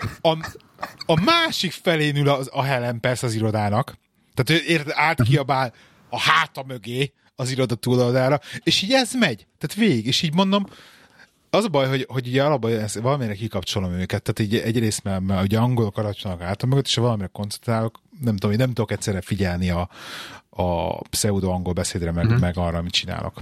A másik felén ül a Helen persze az irodának. Tehát átkiabál a háta mögé az iroda túloldalára, és így ez megy. Tehát végig, és így mondom, az a baj, hogy ugye alapban valamire kikapcsolom őket, tehát így egyrészt, mert ugye angolok alacsonyak hátam mögött, és ha valamire koncentrálok, nem tudok egyszerre figyelni a pseudo-angol beszédre, meg arra, amit csinálok.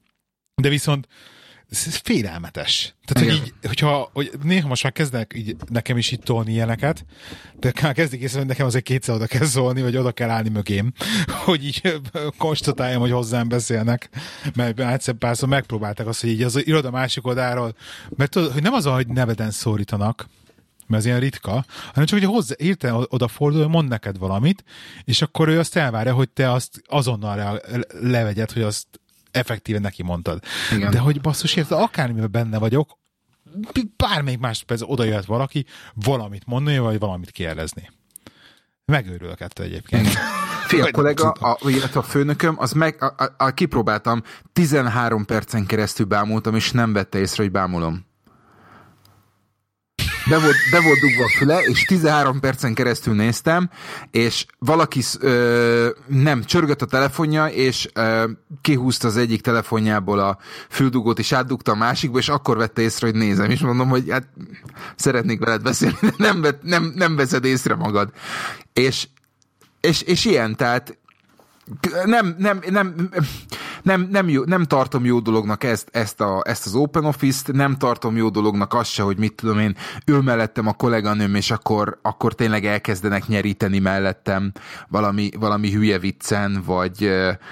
De viszont ez félelmetes. Tehát, hogy néha most már kezdnek így nekem is itt tolni ilyeneket, de kezdik észre, hogy nekem azért kétszer oda kell szólni, vagy oda kell állni mögém, hogy így konstatáljam, hogy hozzám beszélnek, mert egyszer párszor megpróbálták azt, hogy így az iroda másik oldáról, mert tudod, hogy nem az, hogy neveden szólítanak, mert ez ilyen ritka, hanem csak, hogy hirtelen odafordul, hogy mond neked valamit, és akkor ő azt elvárja, hogy te azt azonnal levegyed, hogy azt effektíven neki mondtad. Igen. De hogy basszus, érted, akármiben benne vagyok, bármelyik másodperc oda jöhet valaki valamit mondani, vagy valamit kérdezni. Megőrülök ettől egyébként. Fél kollega, illetve a főnököm, az kipróbáltam, 13 percen keresztül bámultam, és nem vette észre, hogy bámulom. be volt dugva a füle, és 13 percen keresztül néztem, és valaki nem, csörgött a telefonja, és kihúzta az egyik telefonjából a füldugót, és átdugta a másikba, és akkor vette észre, hogy nézem, és mondom, hogy hát szeretnék veled beszélni, de nem veszed észre magad. És ilyen, tehát nem tartom jó dolognak ezt az OpenOffice-t, nem tartom jó dolognak azt se, hogy mit tudom én, ül mellettem a kolléganőm, és akkor tényleg elkezdenek nyeríteni mellettem valami hülye viccen, vagy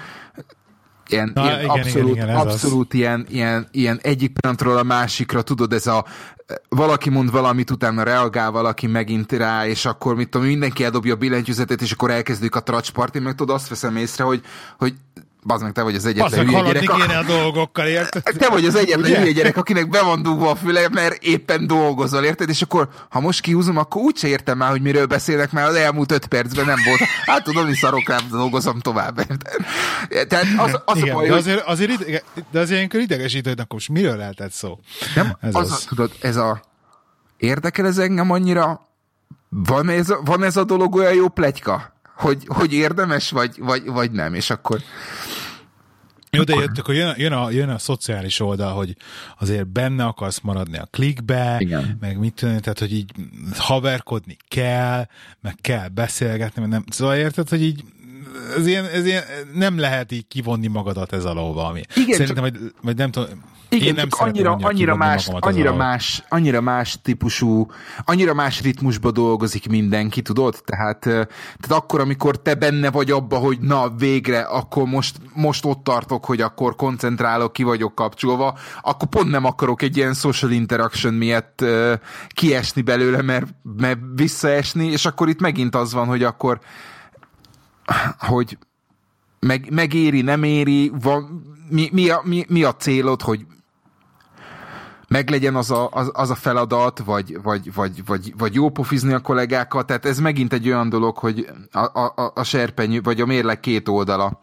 abszolút ilyen egyik pillanatról a másikra, tudod, ez a valaki mond valamit, utána reagál valaki megint rá, és akkor mit tudom, mindenki eldobja a billentyűzetet, és akkor elkezdődik a tracsparti, meg tudod, azt veszem észre, hogy bazd meg, te vagy az egyetlen hülye gyerek. A dolgokkal, érted? Te vagy az egyetlen hülye gyerek, akinek be van dugva a füle, mert éppen dolgozol, érted? És akkor, ha most kihúzom, akkor úgyse értem már, hogy miről beszélnek, már az elmúlt 5 percben nem volt. Hát tudom, hogy szarok rám, dolgozom tovább. Tehát az igen, a baj, de azért ilyenkor idegesítő, hogy akkor most miről lehetett szó? Nem, tudod, érdekel ez engem annyira, van ez a dolog olyan jó pletyka, hogy érdemes, vagy nem, és akkor... Jó, de jöttök, hogy jön a szociális oldal, hogy azért benne akarsz maradni a klikbe, igen. Meg mit tudom, tehát, hogy így haverkodni kell, meg kell beszélgetni, meg nem. Szóval érted, hogy így ez ilyen nem lehet így kivonni magadat ez alól valami. Igen, szerintem, vagy nem tudom... Igen, nem annyira más típusú, annyira más ritmusba dolgozik mindenki, tudod? Tehát akkor, amikor te benne vagy abba, hogy na, végre, akkor most ott tartok, hogy akkor koncentrálok, ki vagyok kapcsolva, akkor pont nem akarok egy ilyen social interaction miatt kiesni belőle, mert visszaesni, és akkor itt megint az van, hogy akkor hogy megéri, nem éri, mi a célod, hogy meglegyen az a feladat, vagy jó pofizni a kollégákat, tehát ez megint egy olyan dolog, hogy a serpenyő, vagy a mérleg két oldala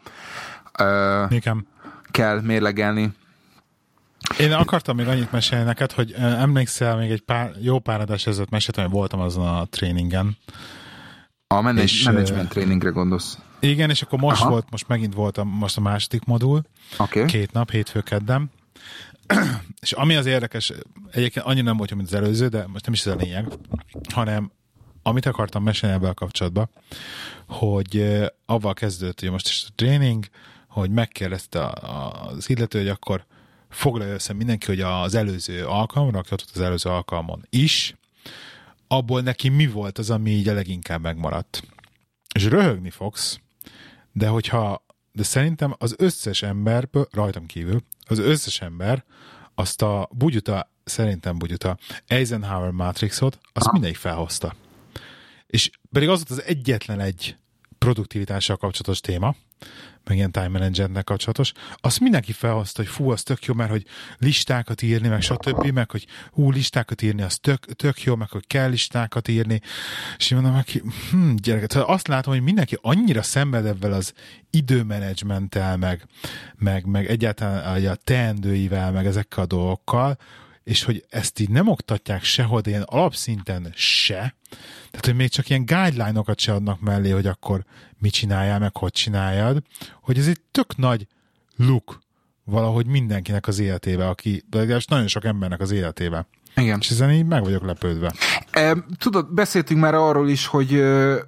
kell mérlegelni. Én akartam még annyit mesélni neked, hogy emlékszel, még jó pár adás ezelőtt meséltem, hogy voltam azon a tréningen. A management tréningre gondolsz? Igen, és akkor most megint voltam, most a második modul, 2 nap, hétfő, keddem. És ami az érdekes, egyébként annyira nem volt, mint az előző, de most nem is ez a lényeg, hanem amit akartam mesélni ebben a kapcsolatban, hogy avval kezdődött, hogy most is a tréning, hogy megkérdezte az illető, hogy akkor foglalja össze mindenki, hogy az előző alkalomra, aki ott az előző alkalmon is, abból neki mi volt az, ami így a leginkább megmaradt. És röhögni fogsz, de szerintem az összes emberből, rajtam kívül, az összes ember azt a bugyuta Eisenhower Matrixot, azt mindegyik felhozta. És pedig az volt az egyetlen egy produktivitással kapcsolatos téma, meg ilyen time managementnek kapcsolatos, azt mindenki felhozta, hogy fú, az tök jó, mert hogy listákat írni, meg stb., meg hogy listákat írni, az tök jó, meg hogy kell listákat írni, és én mondom, aki, gyereket, azt látom, hogy mindenki annyira szenved ebben az időmenedzsmenttel, meg egyáltalán a teendőivel, meg ezekkel a dolgokkal, és hogy ezt így nem oktatják sehol, de ilyen alapszinten se. Tehát, hogy még csak ilyen guideline-okat se adnak mellé, hogy akkor mit csináljál, meg hogy csináljad, hogy ez egy tök nagy luk valahogy mindenkinek az életébe, de legalábbis nagyon sok embernek az életébe. Igen. És ezen így meg vagyok lepődve. Tudod, beszéltünk már arról is, hogy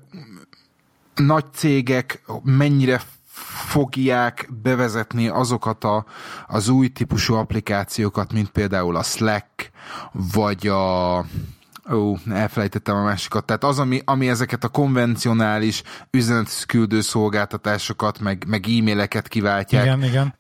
nagy cégek mennyire fogják bevezetni azokat az új típusú applikációkat, mint például a Slack, vagy elfelejtettem a másikat. Tehát az, ami ezeket a konvencionális üzenetküldő szolgáltatásokat, meg e-maileket kiváltják. Igen.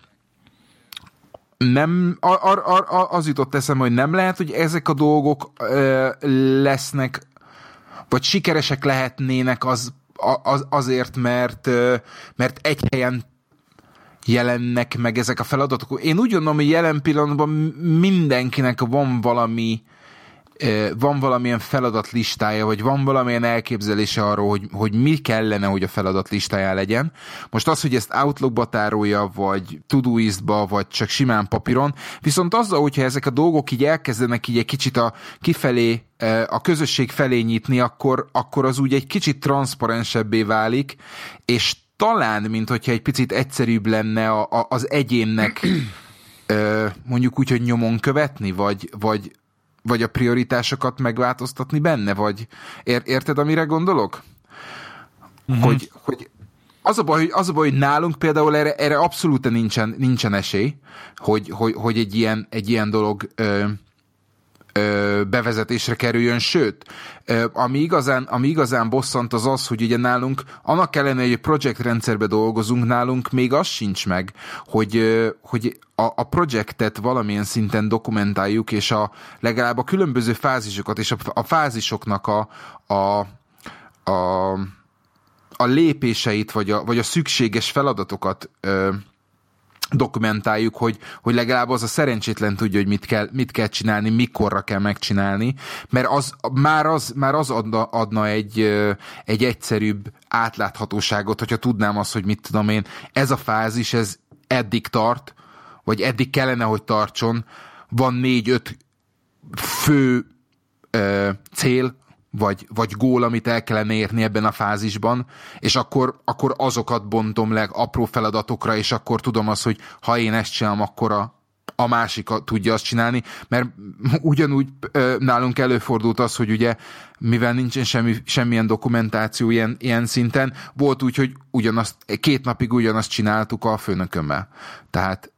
Nem, az jutott eszembe, hogy nem lehet, hogy ezek a dolgok lesznek, vagy sikeresek lehetnének azért, mert egy helyen jelennek meg ezek a feladatok. Én úgy gondolom, hogy jelen pillanatban mindenkinek van valami van valamilyen feladatlistája, vagy van valamilyen elképzelése arról, hogy mi kellene, hogy a feladatlistáján legyen. Most az, hogy ezt Outlookba tárolja, vagy Todoistba, vagy csak simán papíron, viszont azzal, hogyha ezek a dolgok így elkezdenek így egy kicsit kifelé, a közösség felé nyitni, akkor az úgy egy kicsit transzparensebbé válik, és talán, mint hogyha egy picit egyszerűbb lenne az egyénnek mondjuk úgy, hogy nyomon követni, vagy a prioritásokat megváltoztatni benne, vagy érted, amire gondolok? Hogy az a baj, hogy nálunk például erre abszolút nincsen esély, hogy egy ilyen dolog bevezetésre kerüljön, sőt, ami igazán bosszant az, hogy ugye nálunk, annak ellenére, hogy projektrendszerbe dolgozunk, nálunk még az sincs meg, hogy a projektet valamilyen szinten dokumentáljuk, és legalább a különböző fázisokat, és a fázisoknak a lépéseit, vagy a szükséges feladatokat dokumentáljuk, hogy legalább az a szerencsétlen tudja, hogy mit kell csinálni, mikorra kell megcsinálni, mert már az adna egy egyszerűbb átláthatóságot, hogyha tudnám azt, hogy mit tudom én, ez a fázis, ez eddig tart, vagy eddig kellene, hogy tartson, van 4-5 fő cél, vagy gól, amit el kellene érni ebben a fázisban, és akkor azokat bontom le apró feladatokra, és akkor tudom azt, hogy ha én ezt csinálom, akkor a másik tudja azt csinálni, mert ugyanúgy nálunk előfordult az, hogy ugye, mivel nincsen semmilyen dokumentáció ilyen szinten, volt úgy, hogy 2 napig ugyanazt csináltuk a főnökömmel. Tehát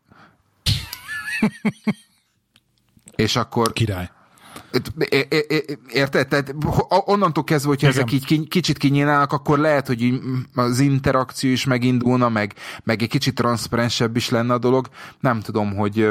és akkor király. Érted? Tehát onnantól kezdve, hogyha ezek így kicsit kinyílnának, akkor lehet, hogy az interakció is megindulna, meg egy kicsit transzparensebb is lenne a dolog. Nem tudom, hogy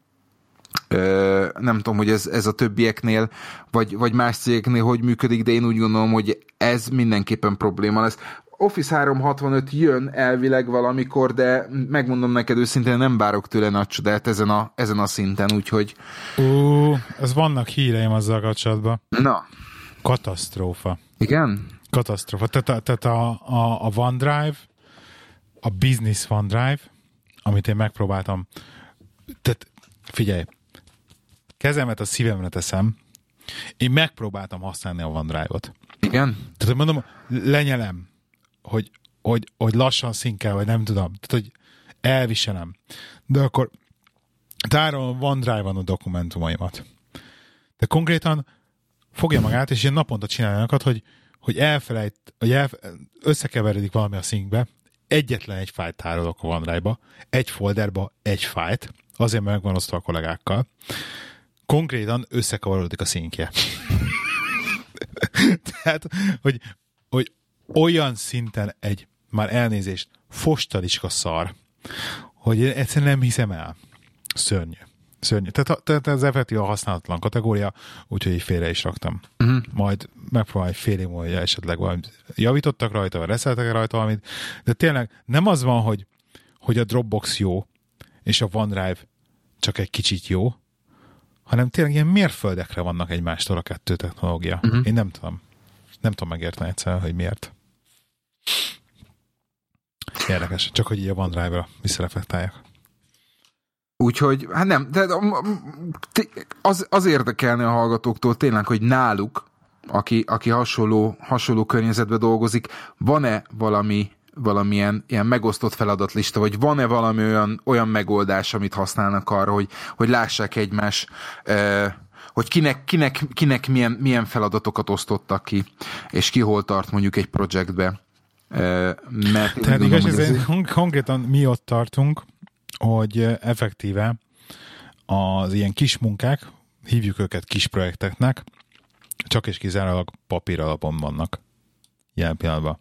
ez a többieknél, vagy más cégeknél hogy működik, de én úgy gondolom, hogy ez mindenképpen probléma lesz. Office 365 jön elvileg valamikor, de megmondom neked őszintén, nem várok tőle nagy csodát ezen a szinten, úgyhogy... Ez vannak híreim azzal kapcsolatban. Na. Katasztrófa. Igen? Katasztrófa. Tehát a OneDrive, a Business OneDrive, amit én megpróbáltam, tehát figyelj, kezemet a szívemre teszem, én megpróbáltam használni a OneDrive-ot. Igen? Tehát mondom, lenyelem, hogy lassan szinkel, vagy nem tudom. Tehát, hogy elviselem. De akkor tárolom OneDrive-on a dokumentumaimat. De konkrétan fogja magát, és ilyen naponta csináljanak, hogy elfelejt, összekeveredik valami a szinkbe, egyetlen egy fájlt tárolok a OneDrive-ba, egy folderba egy fájlt, azért meg van osztva a kollégákkal. Konkrétan összekavarodik a szinkje. Tehát, hogy olyan szinten már elnézést, fostaliska szar, hogy én egyszerűen nem hiszem el. Szörnyű. Tehát ez effektív a használatlan kategória, úgyhogy így félre is raktam. Uh-huh. Majd megpróbálom egy fél év múlva, hogy esetleg valamit javítottak rajta, vagy reszeltek rajta valamit, de tényleg nem az van, hogy a Dropbox jó, és a OneDrive csak egy kicsit jó, hanem tényleg ilyen mérföldekre vannak egymástól a kettő technológia. Uh-huh. Én nem tudom megérteni egyszerűen, hogy miért. Érdekes, csak hogy így a OneDrive-ra visszareflektálják. Úgyhogy, hát nem, de az érdekelne a hallgatóktól tényleg, hogy náluk, aki hasonló környezetben dolgozik, van-e valamilyen ilyen megosztott feladatlista, vagy van-e valami olyan megoldás, amit használnak arra, hogy lássák egymás, hogy kinek milyen feladatokat osztottak ki, és ki hol tart mondjuk egy projektbe. Tehát igaz, konkrétan mi ott tartunk, hogy effektíve az ilyen kis munkák, hívjuk őket kis projekteknek, csak és kizárólag papír alapon vannak jelen pillanatban.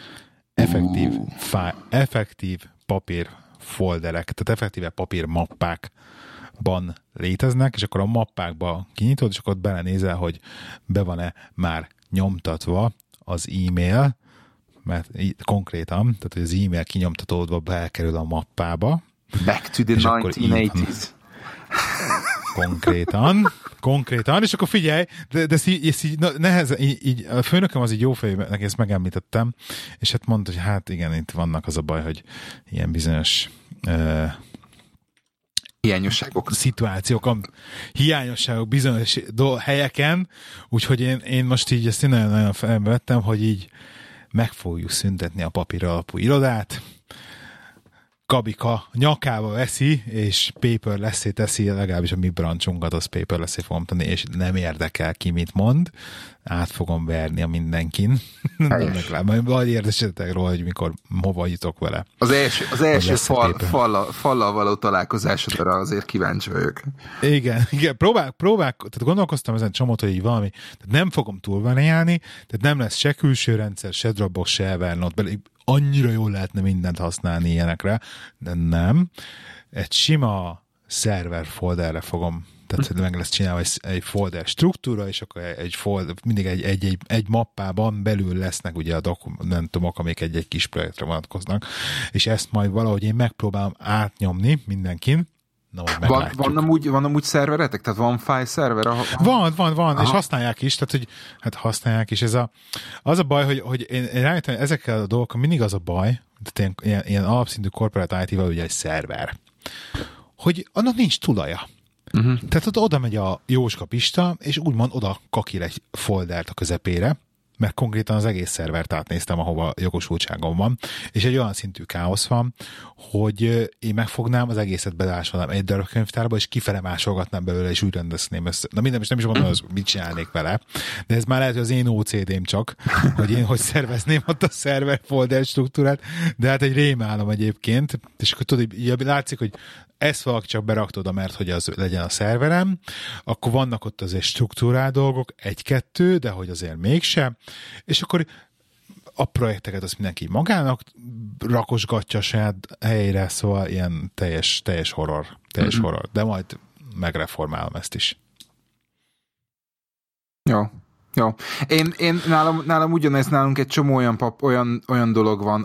Effektív papír folderek, tehát effektíve papír mappákban léteznek, és akkor a mappákba kinyitod, és akkor ott belenézel, hogy be van-e már nyomtatva az e-mail, mert konkrétan, tehát hogy az e-mail kinyomtatódva bekerül a mappába. Back to the 1980s. Konkrétan, és akkor figyelj, de ezt így nehezen, így a főnököm az így jó fejű, neki ezt megemlítettem, és hát mondta, hogy hát igen, itt vannak az a baj, hogy ilyen bizonyos hiányosságok bizonyos helyeken, úgyhogy én most így ezt nagyon felvettem, hogy így meg fogjuk szüntetni a papír alapú irodát, Gabika nyakába veszi, és paperless-é teszi, legalábbis a mi brancsunkat, az paperless-é fogom tenni, és nem érdekel ki, mit mond, át fogom verni a mindenkin. Majd érdesetek róla, hogy mikor hova jutok vele. Az első fallal való találkozásodra azért kíváncsi vagyok. Igen, tehát gondolkoztam ezen csomót, hogy így valami, tehát nem fogom túlvariálni, tehát nem lesz se külső rendszer, se Dropbox, se Evernote, annyira jól lehetne mindent használni ilyenekre, de nem. Egy sima szerver folderre fogom, tehát meg lesz csinálva egy folder struktúra, és akkor mindig egy mappában belül lesznek ugye a dokumentumok, amik egy kis projektre vonatkoznak, és ezt majd valahogy én megpróbálom átnyomni mindenkin. Van amúgy szerveretek? Tehát van file szerver? Van, és használják is, tehát hogy hát használják is. Az a baj, hogy én rájöttem, ezekkel a dolgokkal mindig az a baj, tehát ilyen alapszintű corporate IT-val ugye egy szerver, hogy annak nincs tulaja. Tehát oda megy a Jóska Pista, és úgymond oda kakil egy foldert a közepére, mert konkrétan az egész szervert átnéztem, ahova jogosultságom van, és egy olyan szintű káosz van, hogy én megfognám, az egészet bedásolnám egy darab könyvtárba, és kifele másolgatnám belőle, és úgy rendezném össze. Na minden, és nem is mondom, hogy mit csinálnék vele, de ez már lehet, hogy az én OCD-m csak, hogy én hogy szervezném ott a szerver folder struktúrát, de hát egy rémálom egyébként, és akkor tudod, így látszik, hogy ezt valaki csak berakta oda, mert hogy az legyen a szerverem, akkor vannak ott azért struktúrál dolgok, egy-kettő, de hogy azért mégsem, és akkor a projekteket azt mindenki magának rakosgatja saját helyére, szóval ilyen teljes horror, de majd megreformálom ezt is. Jó. Én nálam ugyanez, nálunk egy csomó olyan dolog van,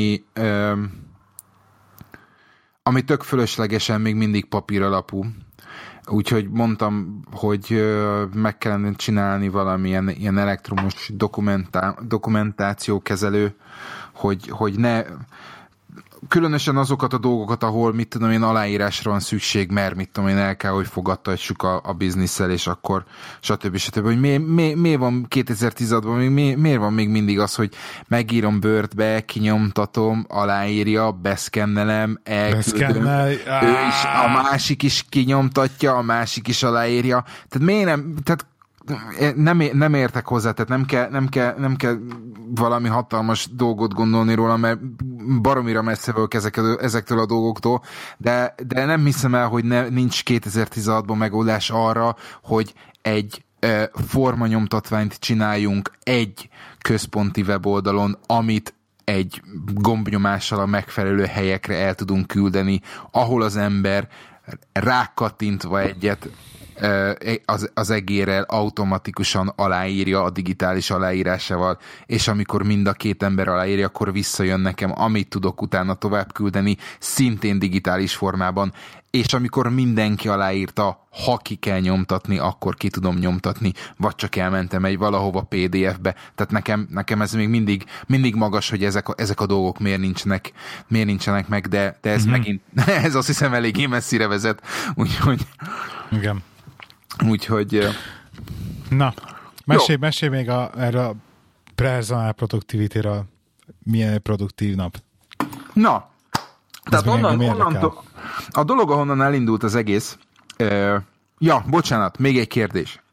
ami tök fölöslegesen még mindig papír alapú. Úgyhogy mondtam, hogy meg kellene csinálni valamilyen ilyen elektromos dokumentációkezelő, hogy ne... Különösen azokat a dolgokat, ahol, mit tudom én, aláírásra van szükség, mert mit tudom én, el kell, hogy fogadtassuk a bizniszsel, és akkor stb. Hogy miért van 2010-ban, miért van még mindig az, hogy megírom Wordbe, kinyomtatom, aláírja, beszkennelem, elküldöm, ő is, a másik is kinyomtatja, a másik is aláírja. Tehát miért nem... Tehát nem értek hozzá, tehát nem kell valami hatalmas dolgot gondolni róla, mert baromira messze vagyok ezektől a dolgoktól, de nem hiszem el, hogy nincs 2016-ban megoldás arra, hogy egy formanyomtatványt csináljunk egy központi weboldalon, amit egy gombnyomással a megfelelő helyekre el tudunk küldeni, ahol az ember rákattintva egyet az egérrel automatikusan aláírja a digitális aláírásával, és amikor mind a két ember aláírja, akkor visszajön nekem, amit tudok utána tovább küldeni, szintén digitális formában, és amikor mindenki aláírta, ha ki kell nyomtatni, akkor ki tudom nyomtatni, vagy csak elmentem egy valahova PDF-be. Tehát nekem ez még mindig magas, hogy ezek a dolgok miért nincsenek meg, de ez megint, ez azt hiszem eléggé messzire vezet, úgyhogy... Igen. Úgyhogy... Na, mesélj még erre a personal productivity-ről. Milyen egy produktív nap? Na, tehát a dolog, ahonnan elindult az egész... bocsánat, még egy kérdés.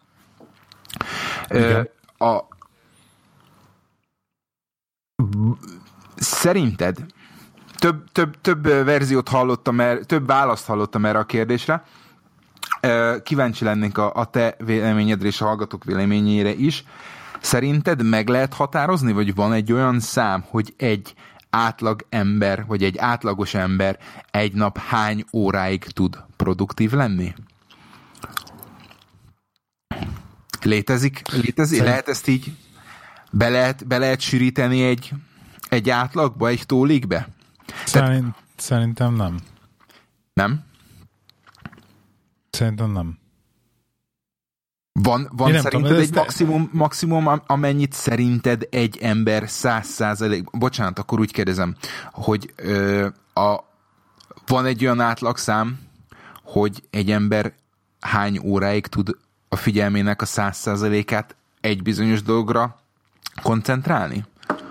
Szerinted több verziót hallottam, több választ hallottam erre a kérdésre. Kíváncsi lennék a te véleményedre és a hallgatók véleményére is. Szerinted meg lehet határozni, vagy van egy olyan szám, hogy egy átlag ember, vagy egy átlagos ember egy nap hány óráig tud produktív lenni? Létezik? Lehet ezt így be lehet sűríteni egy átlagba, egy tóligbe? Szerintem nem. Nem? Szerintem nem. Van szerinted egy maximum, amennyit szerinted egy ember 100%, bocsánat, akkor úgy kérdezem, hogy van egy olyan átlagszám, hogy egy ember hány óráig tud a figyelmének a 100%-át egy bizonyos dologra koncentrálni?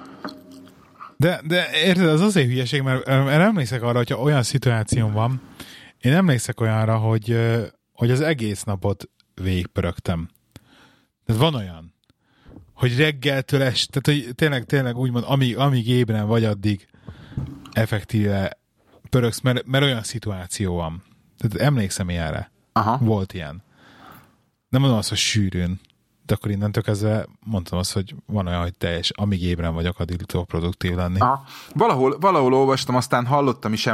De érted, az azért hülyeség, mert emlékszek arra, hogyha olyan szituáció van, én emlékszek olyanra, hogy az egész napot végigpörögtem. Tehát van olyan, hogy reggeltől tehát hogy tényleg úgymond, amíg ébren vagy, addig effektíve pörögsz, mert olyan szituáció van. Tehát emlékszem ilyenre. Aha. Volt ilyen. Nem mondom azt, hogy sűrűn, de akkor innentől kezdve mondtam azt, hogy van olyan, hogy teljes, amíg ébren vagyok, addig tudok produktív lenni. Aha. Valahol olvastam, aztán hallottam is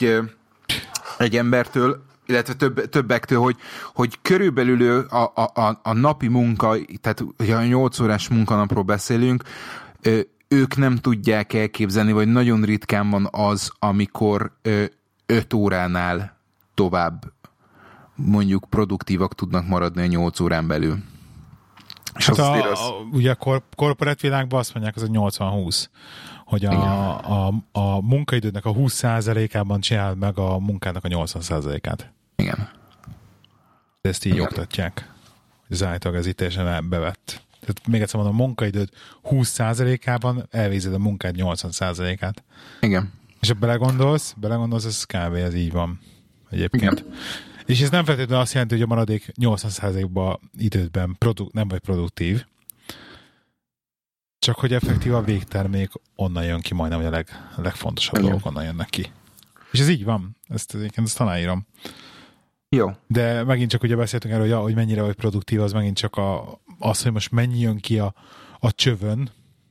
egy embertől, illetve többektől, hogy körülbelül a napi munka, tehát ha 8 órás munkanapról beszélünk, ők nem tudják elképzelni, vagy nagyon ritkán van az, amikor 5 óránál tovább mondjuk produktívak tudnak maradni a 8 órán belül. És hát ugye a korporát világban azt mondják, az a 80-20, hogy a munkaidődnek a 20%-ában csinál meg a munkának a 80%-át. Igen. De ezt így oktatják. Ez állítólag ez itt teljesen bevett. Tehát még egyszer mondom, a munkaidőd 20%-ában elvégzed a munkád 80%-át. Igen. És ha belegondolsz, ez kb. Ez így van egyébként. Igen. És ez nem feltétlenül azt jelenti, hogy a maradék 80%-ban időben nem vagy produktív, csak hogy effektív a végtermék onnan jön ki majdnem, hogy a legfontosabb dolgok onnan jönnek ki. És ez így van. Ezt aláírom. Jó. De megint csak ugye beszéltünk erről, hogy mennyire vagy produktív, az megint csak az, hogy most mennyi jön ki a csövön.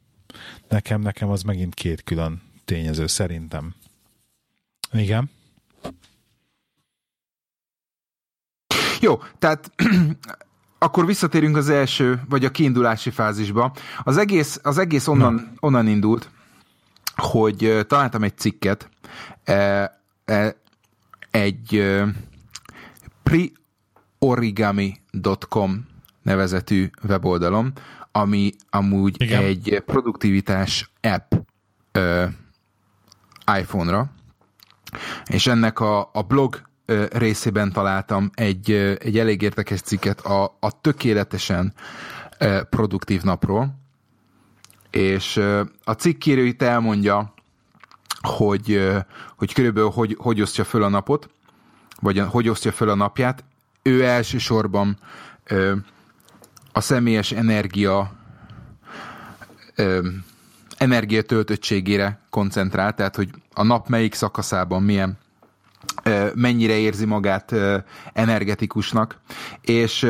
Nekem az megint két külön tényező szerintem. Igen. Jó, tehát akkor visszatérünk az első, vagy a kiindulási fázisba. Az egész onnan indult, hogy találtam egy cikket, egy preorigami.com nevezetű weboldalon, ami amúgy egy produktivitás app iPhone-ra, és ennek a blog részében találtam egy elég érdekes cikket a tökéletesen produktív napról, és a cikkíró itt elmondja, hogy körülbelül hogy osztja föl a napot, vagy hogy osztja föl a napját. Ő elsősorban a személyes energia töltöttségére koncentrál, tehát hogy a nap melyik szakaszában mennyire érzi magát energetikusnak, és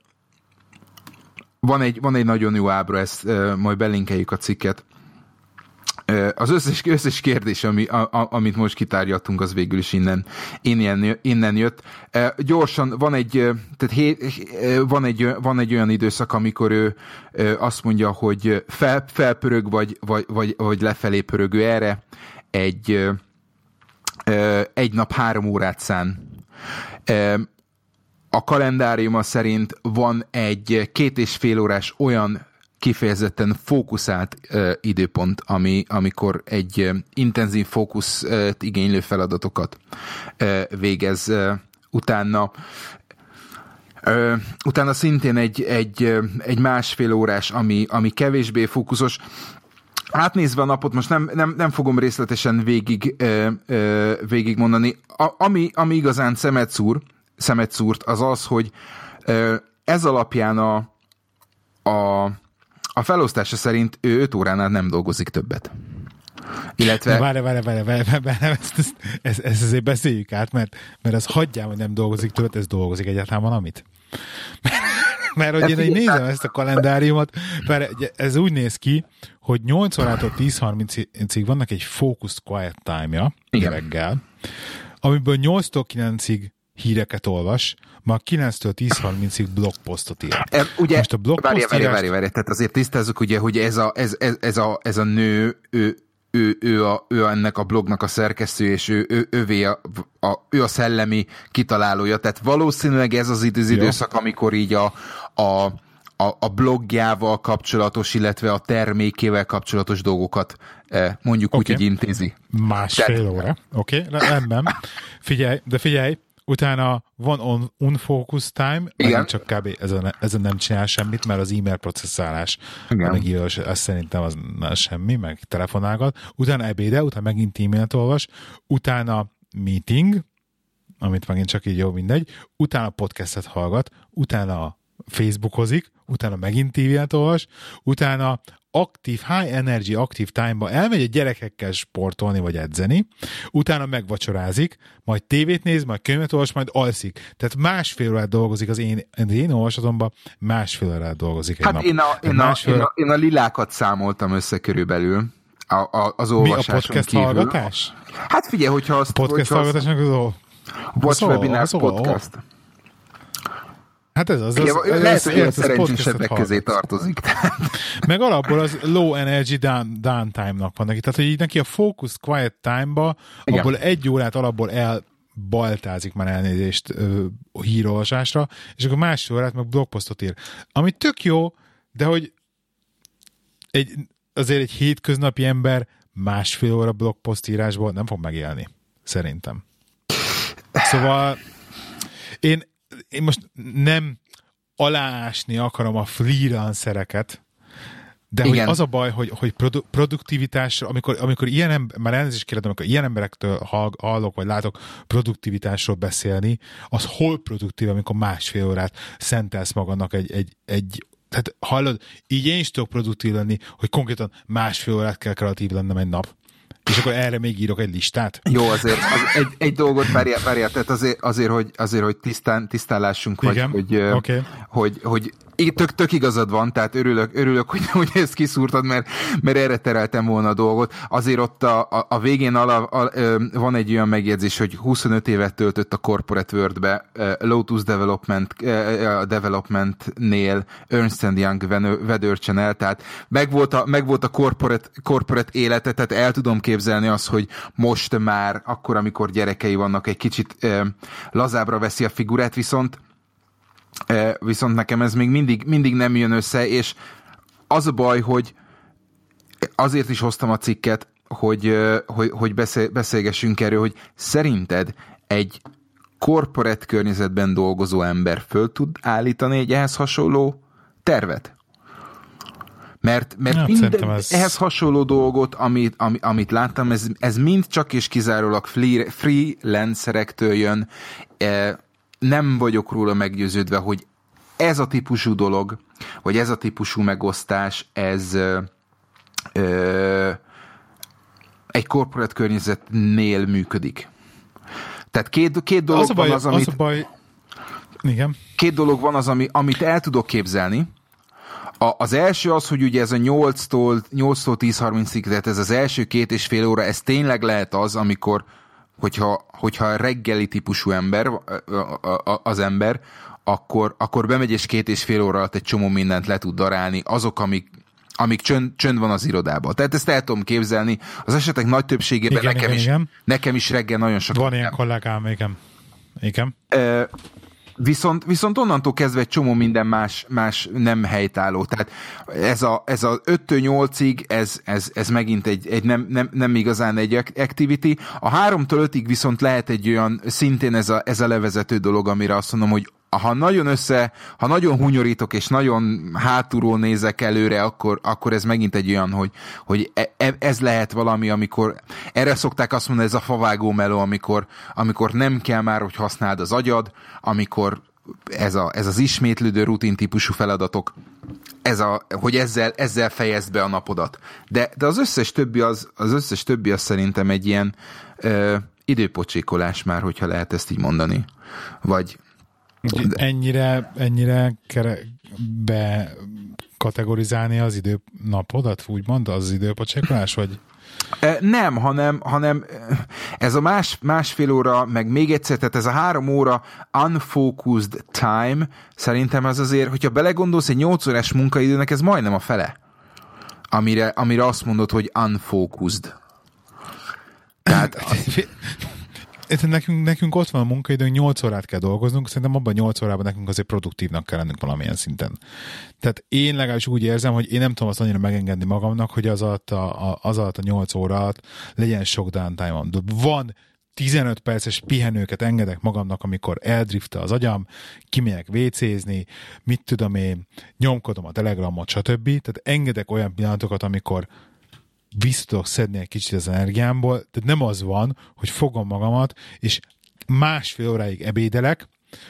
van egy nagyon jó ábra, ezt majd belinkeljük a cikket. Az összes kérdés, amit most kitárgyaltunk, az végül is innen jött. Gyorsan van egy olyan időszak, amikor ő azt mondja, hogy felpörög, vagy lefelé pörögő, erre egy nap 3 órát szán. A kalendáriuma szerint van egy 2,5 órás olyan kifejezetten fókuszált időpont, amikor egy intenzív fókuszt igénylő feladatokat végez. Utána szintén egy 1,5 órás, ami kevésbé fókuszos. Átnézve a napot, most nem fogom részletesen végig mondani. Ami igazán szemet szúrt, az, hogy ez alapján a felosztása szerint ő 5 óránál nem dolgozik többet. Illetve... Várj, ezt azért beszéljük át, mert az hagyjál, hogy nem dolgozik többet, ez dolgozik egyáltalán valamit. Mert hogy én nézem ezt a kalendáriumot, mert ez úgy néz ki, hogy 8 órától 10:30-ig vannak egy focused quiet time-ja reggel, amiből 8-tól 9-ig híreket olvas, ma 9-től 10:30-ig blogposztot ír. Ugye, várj, tehát azért tisztázzuk, ugye, hogy ez a nő, ő ennek a blognak a szerkesztő, és ő a szellemi kitalálója. Tehát valószínűleg ez az időszak, amikor így a blogjával kapcsolatos, illetve a termékével kapcsolatos dolgokat mondjuk úgy, hogy intézi. Másfél óra. Oké, rendben. Figyelj, utána van unfocus time, megint csak kb. Ezen nem csinál semmit, mert az e-mail processzálás, megírás, ez szerintem az semmi, meg telefonálgat. Utána ebédel, utána megint e-mailt olvas, utána meeting, amit megint csak így jó, mindegy, utána podcastet hallgat, utána Facebookozik, utána megint e-mailt olvas, utána high energy, active time-ba elmegy a gyerekekkel sportolni vagy edzeni, utána megvacsorázik, majd tévét néz, majd könyvet olvas, majd alszik. Tehát másfél órát dolgozik az én olvasatomban, másfél órát dolgozik egy nap. Én a lilákat számoltam össze körülbelül az olvasáson. Mi a podcast kívül. Hallgatás? Hát figyelj, hogyha azt... A podcast hallgatásnak az Watch Webinars podcast. Hát ez az. Lehet, hogy ilyen szerencsésebbek közé tartozik. Meg alapból az low energy downtime-nak van neki. Tehát, hogy így neki a focus quiet time-ba, abból egy órát alapból elbaltázik már elnézést hírolvasásra, és akkor másfél órát meg blogposztot ír. Ami tök jó, de hogy azért egy hétköznapi ember másfél óra blogposzt írásból nem fog megélni. Szerintem. Szóval én most nem aláásni akarom a freelancereket, de hogy az a baj, hogy produktivitásra, amikor ilyen már elnézést kérdem, amikor ilyen emberektől hallok, vagy látok produktivitásról beszélni, az hol produktív, amikor másfél órát szentelsz magadnak egy tehát hallod, így én is tudok produktív lenni, hogy konkrétan másfél órát kell kreatív lennem egy nap. És akkor erre még írok egy listát? Jó, azért egy dolgot várjál, tehát azért, hogy tisztállásunk, hogy tök igazad van, tehát örülök hogy ezt kiszúrtad, mert erre tereltem volna a dolgot. Azért ott a végén van egy olyan megjegyzés, hogy 25 évet töltött a Corporate World-be, Lotus Development-nél Ernst & Young Weather Channel, tehát megvolt a corporate élete, tehát el tudom képzelni azt, hogy most már, akkor, amikor gyerekei vannak, egy kicsit lazábbra veszi a figurát, viszont nekem ez még mindig nem jön össze, és az a baj, hogy azért is hoztam a cikket, hogy beszélgessünk erről, hogy szerinted egy corporate környezetben dolgozó ember föl tud állítani egy ehhez hasonló tervet? Mert minden ehhez hasonló dolgot, amit láttam, ez mind csak és kizárólag freelancerektől jön. Nem vagyok róla meggyőződve, hogy ez a típusú dolog, vagy ez a típusú megosztás, ez egy corporate környezetnél működik. Tehát két dolog van az, amit... Igen. Két dolog van az, amit el tudok képzelni. Az első az, hogy ugye ez a 8-tól 10-30-ig, tehát ez az első 2,5 óra, ez tényleg lehet az, amikor hogyha reggeli típusú ember az ember, akkor bemegy és 2,5 óra alatt egy csomó mindent le tud darálni, azok, amik csönd van az irodában. Tehát ezt el tudom képzelni. Az esetek nagy többségében nekem is reggel nagyon sok. Van ilyen kollégám, igen. Viszont onnantól kezdve egy csomó minden más nem helytálló. Tehát ez a 5-től 8-ig ez megint egy nem igazán egy activity. A 3-től 5-ig viszont lehet egy olyan, szintén ez a levezető dolog, amire azt mondom, hogy ha nagyon hunyorítok és nagyon hátulról nézek előre, akkor ez megint egy olyan, hogy ez lehet valami, amikor erre szokták azt mondani, ez a favágó meló, amikor nem kell már, hogy használd az agyad, amikor ez az ismétlődő rutin típusú feladatok, hogy ezzel fejezd be a napodat. De az összes többi az szerintem egy ilyen időpocsékolás már, hogyha lehet ezt így mondani. Vagy ennyire kategorizálni az időnapodat, úgymond, az időpocsékolás, vagy? Nem, hanem ez a másfél óra, meg még egyszer, tehát ez a 3 óra unfocused time, szerintem ez azért, hogyha belegondolsz, egy 8 órás munkaidőnek ez majdnem a fele, amire azt mondod, hogy unfocused. Tehát nekünk ott van a munkaidőnk, 8 órát kell dolgoznunk, szerintem abban 8 órában nekünk azért produktívnak kell lennünk valamilyen szinten. Tehát én legalábbis úgy érzem, hogy én nem tudom azt annyira megengedni magamnak, hogy az alatt a 8 óra alatt legyen sok downtime-om. De van 15 perces pihenőket engedek magamnak, amikor eldriftel az agyam, kimegyek vécézni, mit tudom én, nyomkodom a telegramot, stb. Tehát engedek olyan pillanatokat, amikor vissza tudok szedni egy kicsit az energiámból, tehát nem az van, hogy fogom magamat, és másfél óráig ebédelek,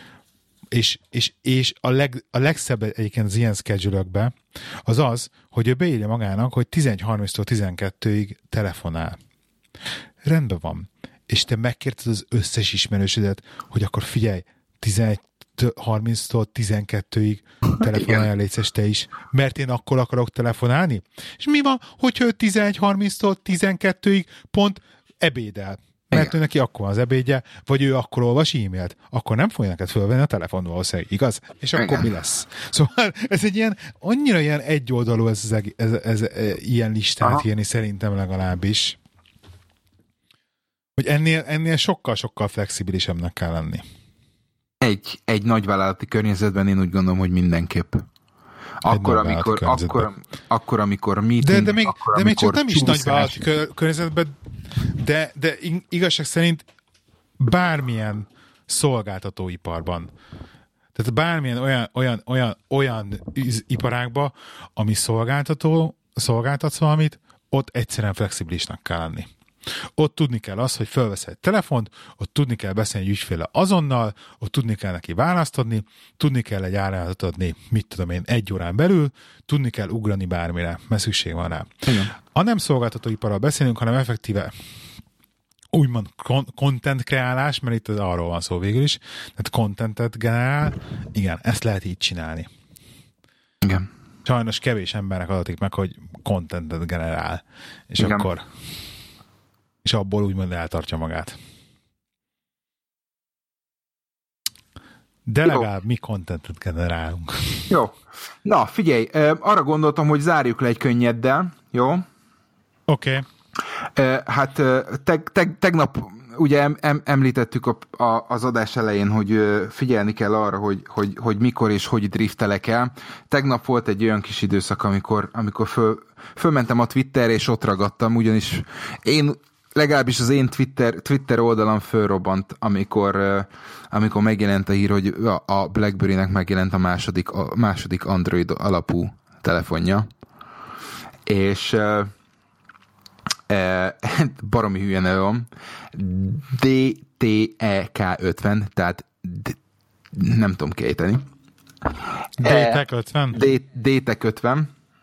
és a legszebb egyébként az ilyen schedule-ökbe az az, hogy ő beírja magának, hogy 11:30-tól 12-ig telefonál. Rendben van. És te megkérted az összes ismerősödet, hogy akkor figyelj, 11:30-tól 12-ig telefonálja létszes te is, mert én akkor akarok telefonálni? És mi van, hogyha ő 11:30-tól 12-ig pont ebédel? Mert ő neki akkor van az ebédje, vagy ő akkor olvas e-mailt, akkor nem fogja neked fölvenni a telefon valószínűleg, igaz? És akkor mi lesz? Szóval ez egy ilyen, annyira ilyen egyoldalú ez ilyen listát írni szerintem legalábbis, hogy ennél sokkal-sokkal flexibilisebbnek kell lenni. Egy nagyvállalati környezetben én úgy gondolom, hogy mindenképp. Akkor, amikor meeting, de még csak nem is nagyvállalati környezetben, de igazság szerint bármilyen szolgáltatóiparban, tehát bármilyen olyan iparágban, ami szolgáltatsz valamit, ott egyszerűen flexibilisnak kell lenni. Ott tudni kell az, hogy felvesz egy telefont, ott tudni kell beszélni egy ügyféle azonnal, ott tudni kell neki választ adni, tudni kell egy áratot adni, mit tudom én, 1 órán belül, tudni kell ugrani bármire, mert szükség van rá. Igen. A nem szolgáltatóiparral beszélünk, hanem effektíve úgymond content kreálás, mert itt arról van szó végül is, tehát contentet generál, igen, ezt lehet így csinálni. Igen. Sajnos kevés embernek adatik meg, hogy contentet generál, és igen. akkor és abból úgymond eltartja magát. De legalább mi contentet generálunk. Jó. Na, figyelj, arra gondoltam, hogy zárjuk le egy könnyeddel, jó? Oké. Hát tegnap ugye említettük az adás elején, hogy figyelni kell arra, hogy mikor és hogy driftelek el. Tegnap volt egy olyan kis időszak, amikor fölmentem a Twitterre, és ott ragadtam, ugyanis legalábbis az én Twitter oldalam fölrobbant, amikor megjelent a hír, hogy a BlackBerry-nek megjelent a második Android alapú telefonja. És baromi hülye nevem, DTEK50, tehát nem tudom kiejteni. DTEK50? DTEK50,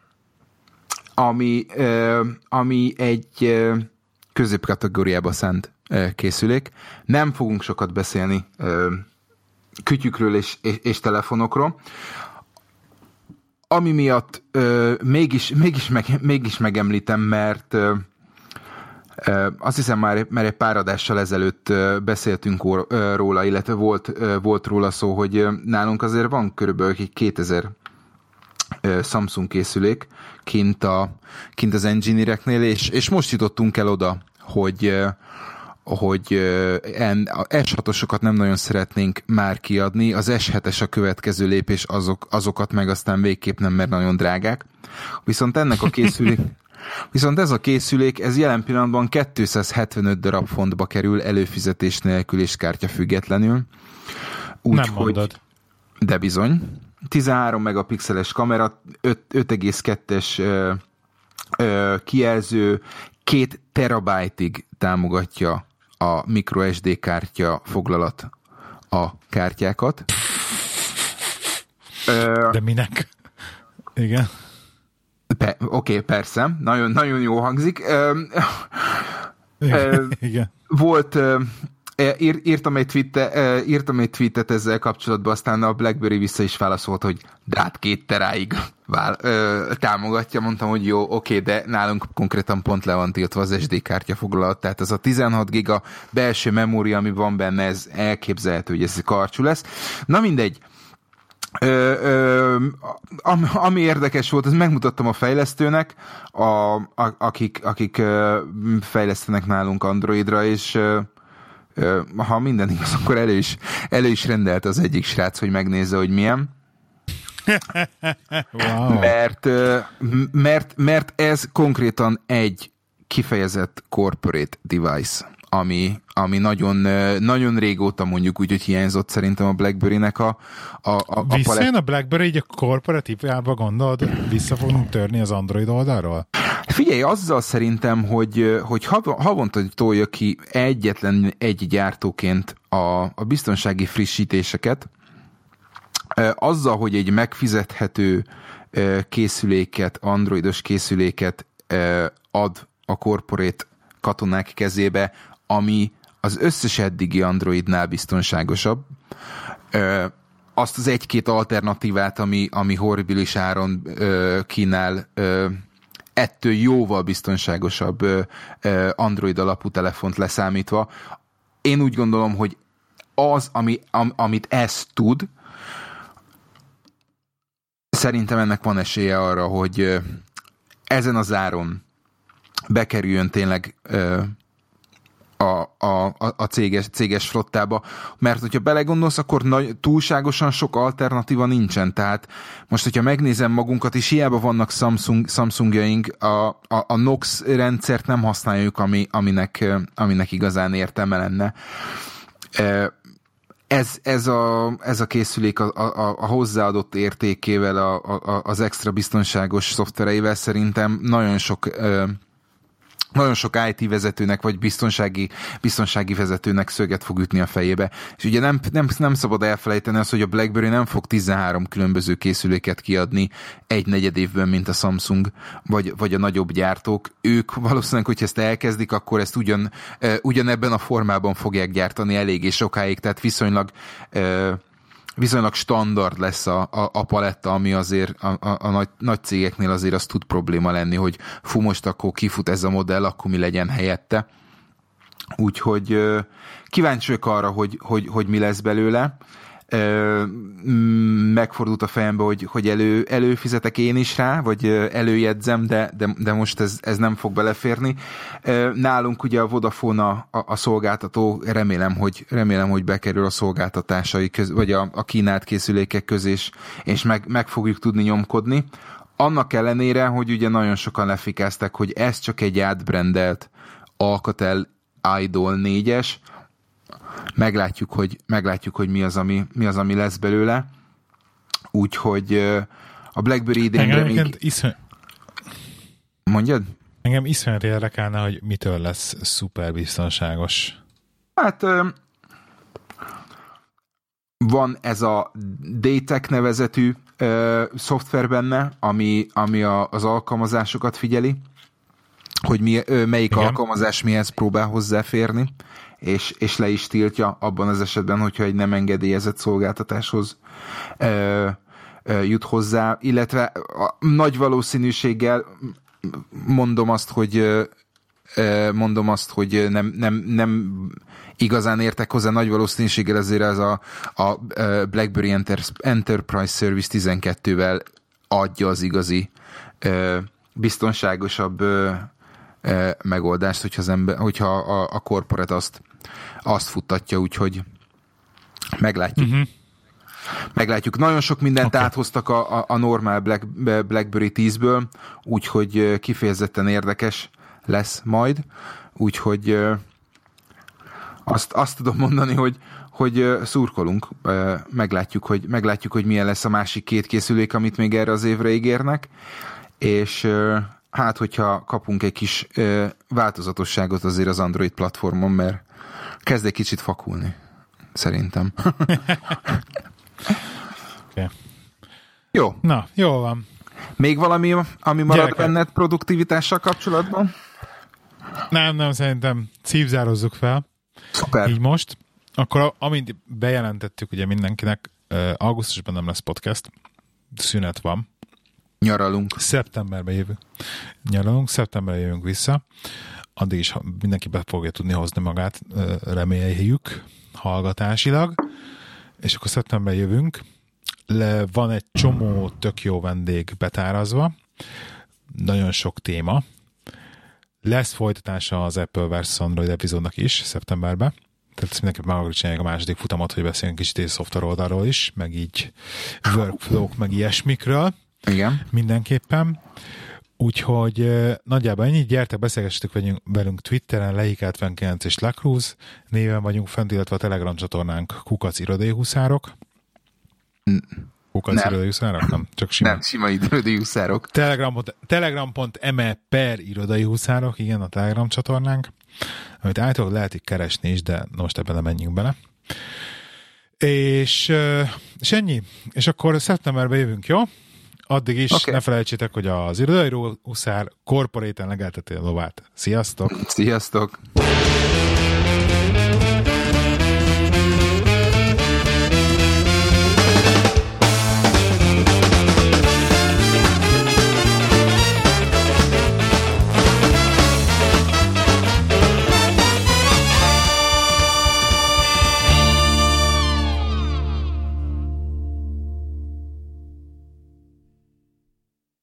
ami egy középkategóriába szánt készülék. Nem fogunk sokat beszélni kütyükről és telefonokról. Ami miatt mégis megemlítem, mert azt hiszem már egy pár adással ezelőtt beszéltünk róla, illetve volt róla szó, hogy nálunk azért van körülbelül 2000 Samsung készülék kint az engineereknél, és most jutottunk el oda, hogy S6-osokat nem nagyon szeretnénk már kiadni, az S7-es a következő lépés, azokat meg aztán végképp nem, mert nagyon drágák. Viszont ez a készülék, ez jelen pillanatban 275 darab fontba kerül előfizetés nélkül és kártya függetlenül. Nem mondod. De bizony. 13 megapixeles kamera, 5,2-es kijelző, 2 terabájtig támogatja a microSD kártya foglalat a kártyákat. De minek? Igen. Oké, persze. Nagyon, nagyon jó hangzik. Igen. Volt... Írtam egy tweetet ezzel kapcsolatban, aztán a BlackBerry vissza is válaszolt, hogy de hát 2 teráig támogatja. Mondtam, hogy jó, oké, de nálunk konkrétan pont le van tiltva az SD kártya foglalat, tehát az a 16 giga belső memória, ami van benne, ez elképzelhető, hogy ez karcsú lesz. Na mindegy. Ami érdekes volt, az megmutattam a fejlesztőnek, akik fejlesztenek nálunk Androidra, és ha minden igaz, akkor elő is rendelt az egyik srác, hogy megnézze, hogy milyen. Wow. Mert ez konkrétan egy kifejezett corporate device, ami nagyon, nagyon régóta mondjuk úgy, hogy hiányzott szerintem a BlackBerry-nek a Visszajön a BlackBerry így a korporatívába, gondolod, vissza fogunk törni az Android oldalról? Figyelj, azzal szerintem, hogy havonta tolja ki egyetlen egy gyártóként a biztonsági frissítéseket, azzal, hogy egy megfizethető készüléket, androidos készüléket ad a corporate katonák kezébe, ami az összes eddigi Androidnál biztonságosabb. Azt az egy-két alternatívát, ami horribilis áron kínál, ettől jóval biztonságosabb Android alapú telefont leszámítva. Én úgy gondolom, hogy az, amit ez tud, szerintem ennek van esélye arra, hogy ezen az áron bekerüljön tényleg a céges flottába, mert hogyha belegondolsz, akkor túlságosan sok alternatíva nincsen, tehát most, hogyha megnézem magunkat, és hiába vannak Samsungjaink, a Knox rendszert nem használjuk, aminek igazán értelme lenne. Ez a készülék a hozzáadott értékével, az extra biztonságos szoftvereivel szerintem nagyon sok IT vezetőnek, vagy biztonsági vezetőnek szöget fog ütni a fejébe. És ugye nem szabad elfelejteni azt, hogy a BlackBerry nem fog 13 különböző készüléket kiadni egy negyed évben, mint a Samsung, vagy a nagyobb gyártók. Ők valószínűleg, hogy ezt elkezdik, akkor ezt ugyanebben a formában fogják gyártani eléggé sokáig, tehát viszonylag standard lesz a paletta, ami azért a nagy cégeknél azért az tud probléma lenni, hogy most akkor kifut ez a modell, akkor mi legyen helyette. Úgyhogy kíváncsi vagyok arra, hogy mi lesz belőle. Megfordult a fejembe, hogy előfizetek én is rá, vagy előjegyzem, de most ez nem fog beleférni. Nálunk ugye a Vodafone a szolgáltató, remélem, hogy bekerül a szolgáltatásai vagy a kínált készülékek közé, és meg fogjuk tudni nyomkodni. Annak ellenére, hogy ugye nagyon sokan lefikázták, hogy ez csak egy átbrendelt Alcatel Idol 4-es, meglátjuk, hogy mi az, ami lesz belőle. Úgyhogy a BlackBerry idénre még... Mondjad? Engem iszonyat érdekelne, hogy mitől lesz szuper biztonságos. Hát van ez a DTEC nevezetű szoftver benne, ami az alkalmazásokat figyeli, hogy melyik alkalmazás mihez próbál hozzáférni, és le is tiltja abban az esetben, hogyha egy nem engedélyezett szolgáltatáshoz jut hozzá, illetve a nagy valószínűséggel mondom azt, hogy nem igazán értek hozzá, nagy valószínűséggel azért ez a BlackBerry Enterprise Service 12-vel adja az igazi biztonságosabb megoldást, hogyha a corporate azt futtatja, úgyhogy meglátjuk. Uh-huh. Meglátjuk. Nagyon sok mindent áthoztak a normál BlackBerry 10-ből, úgyhogy kifejezetten érdekes lesz majd. Úgyhogy azt tudom mondani, hogy szurkolunk. Meglátjuk, hogy milyen lesz a másik két készülék, amit még erre az évre ígérnek, és hát, hogyha kapunk egy kis változatosságot azért az Android platformon, mert kezd egy kicsit fakulni, szerintem. Okay. Jó. Na, jó van. Még valami, ami marad benned produktivitással kapcsolatban? Nem, szerintem szívzározzuk fel. Szuper. Így most. Akkor amint bejelentettük ugye mindenkinek, augusztusban nem lesz podcast, szünet van. Nyaralunk. Szeptemberben jövünk vissza. Addig is mindenki be fogja tudni hozni magát, reméljük, hallgatásilag. És akkor szeptemberben jövünk. van egy csomó tök jó vendég betárazva, nagyon sok téma. Lesz folytatása az Apple vs. Android epizódnak is szeptemberben. Tehát mindenképpen meg akarjuk csinálni a második futamot, hogy beszéljünk kicsit software oldalról is, meg így workflow-k, meg ilyesmikről. Igen. Mindenképpen. Úgyhogy nagyjából ennyi. Gyertek, beszélgessetek velünk Twitteren, Lehik79 és Lacruz néven vagyunk fent, illetve a Telegram csatornánk Kukac Irodai Huszárok. Kukac Irodai Huszárok? Nem, csak sima. Nem, sima Irodai Huszárok. Telegram.me/per Irodai Huszárok, igen, a Telegram csatornánk, amit általában lehet így keresni is, de most ebben nem menjünk bele. És ennyi. És akkor szeptemberben jövünk, jó? Addig is ne felejtsétek, hogy az Irodai Huszár Corporate-en legelteti a lovát. Sziasztok! Sziasztok!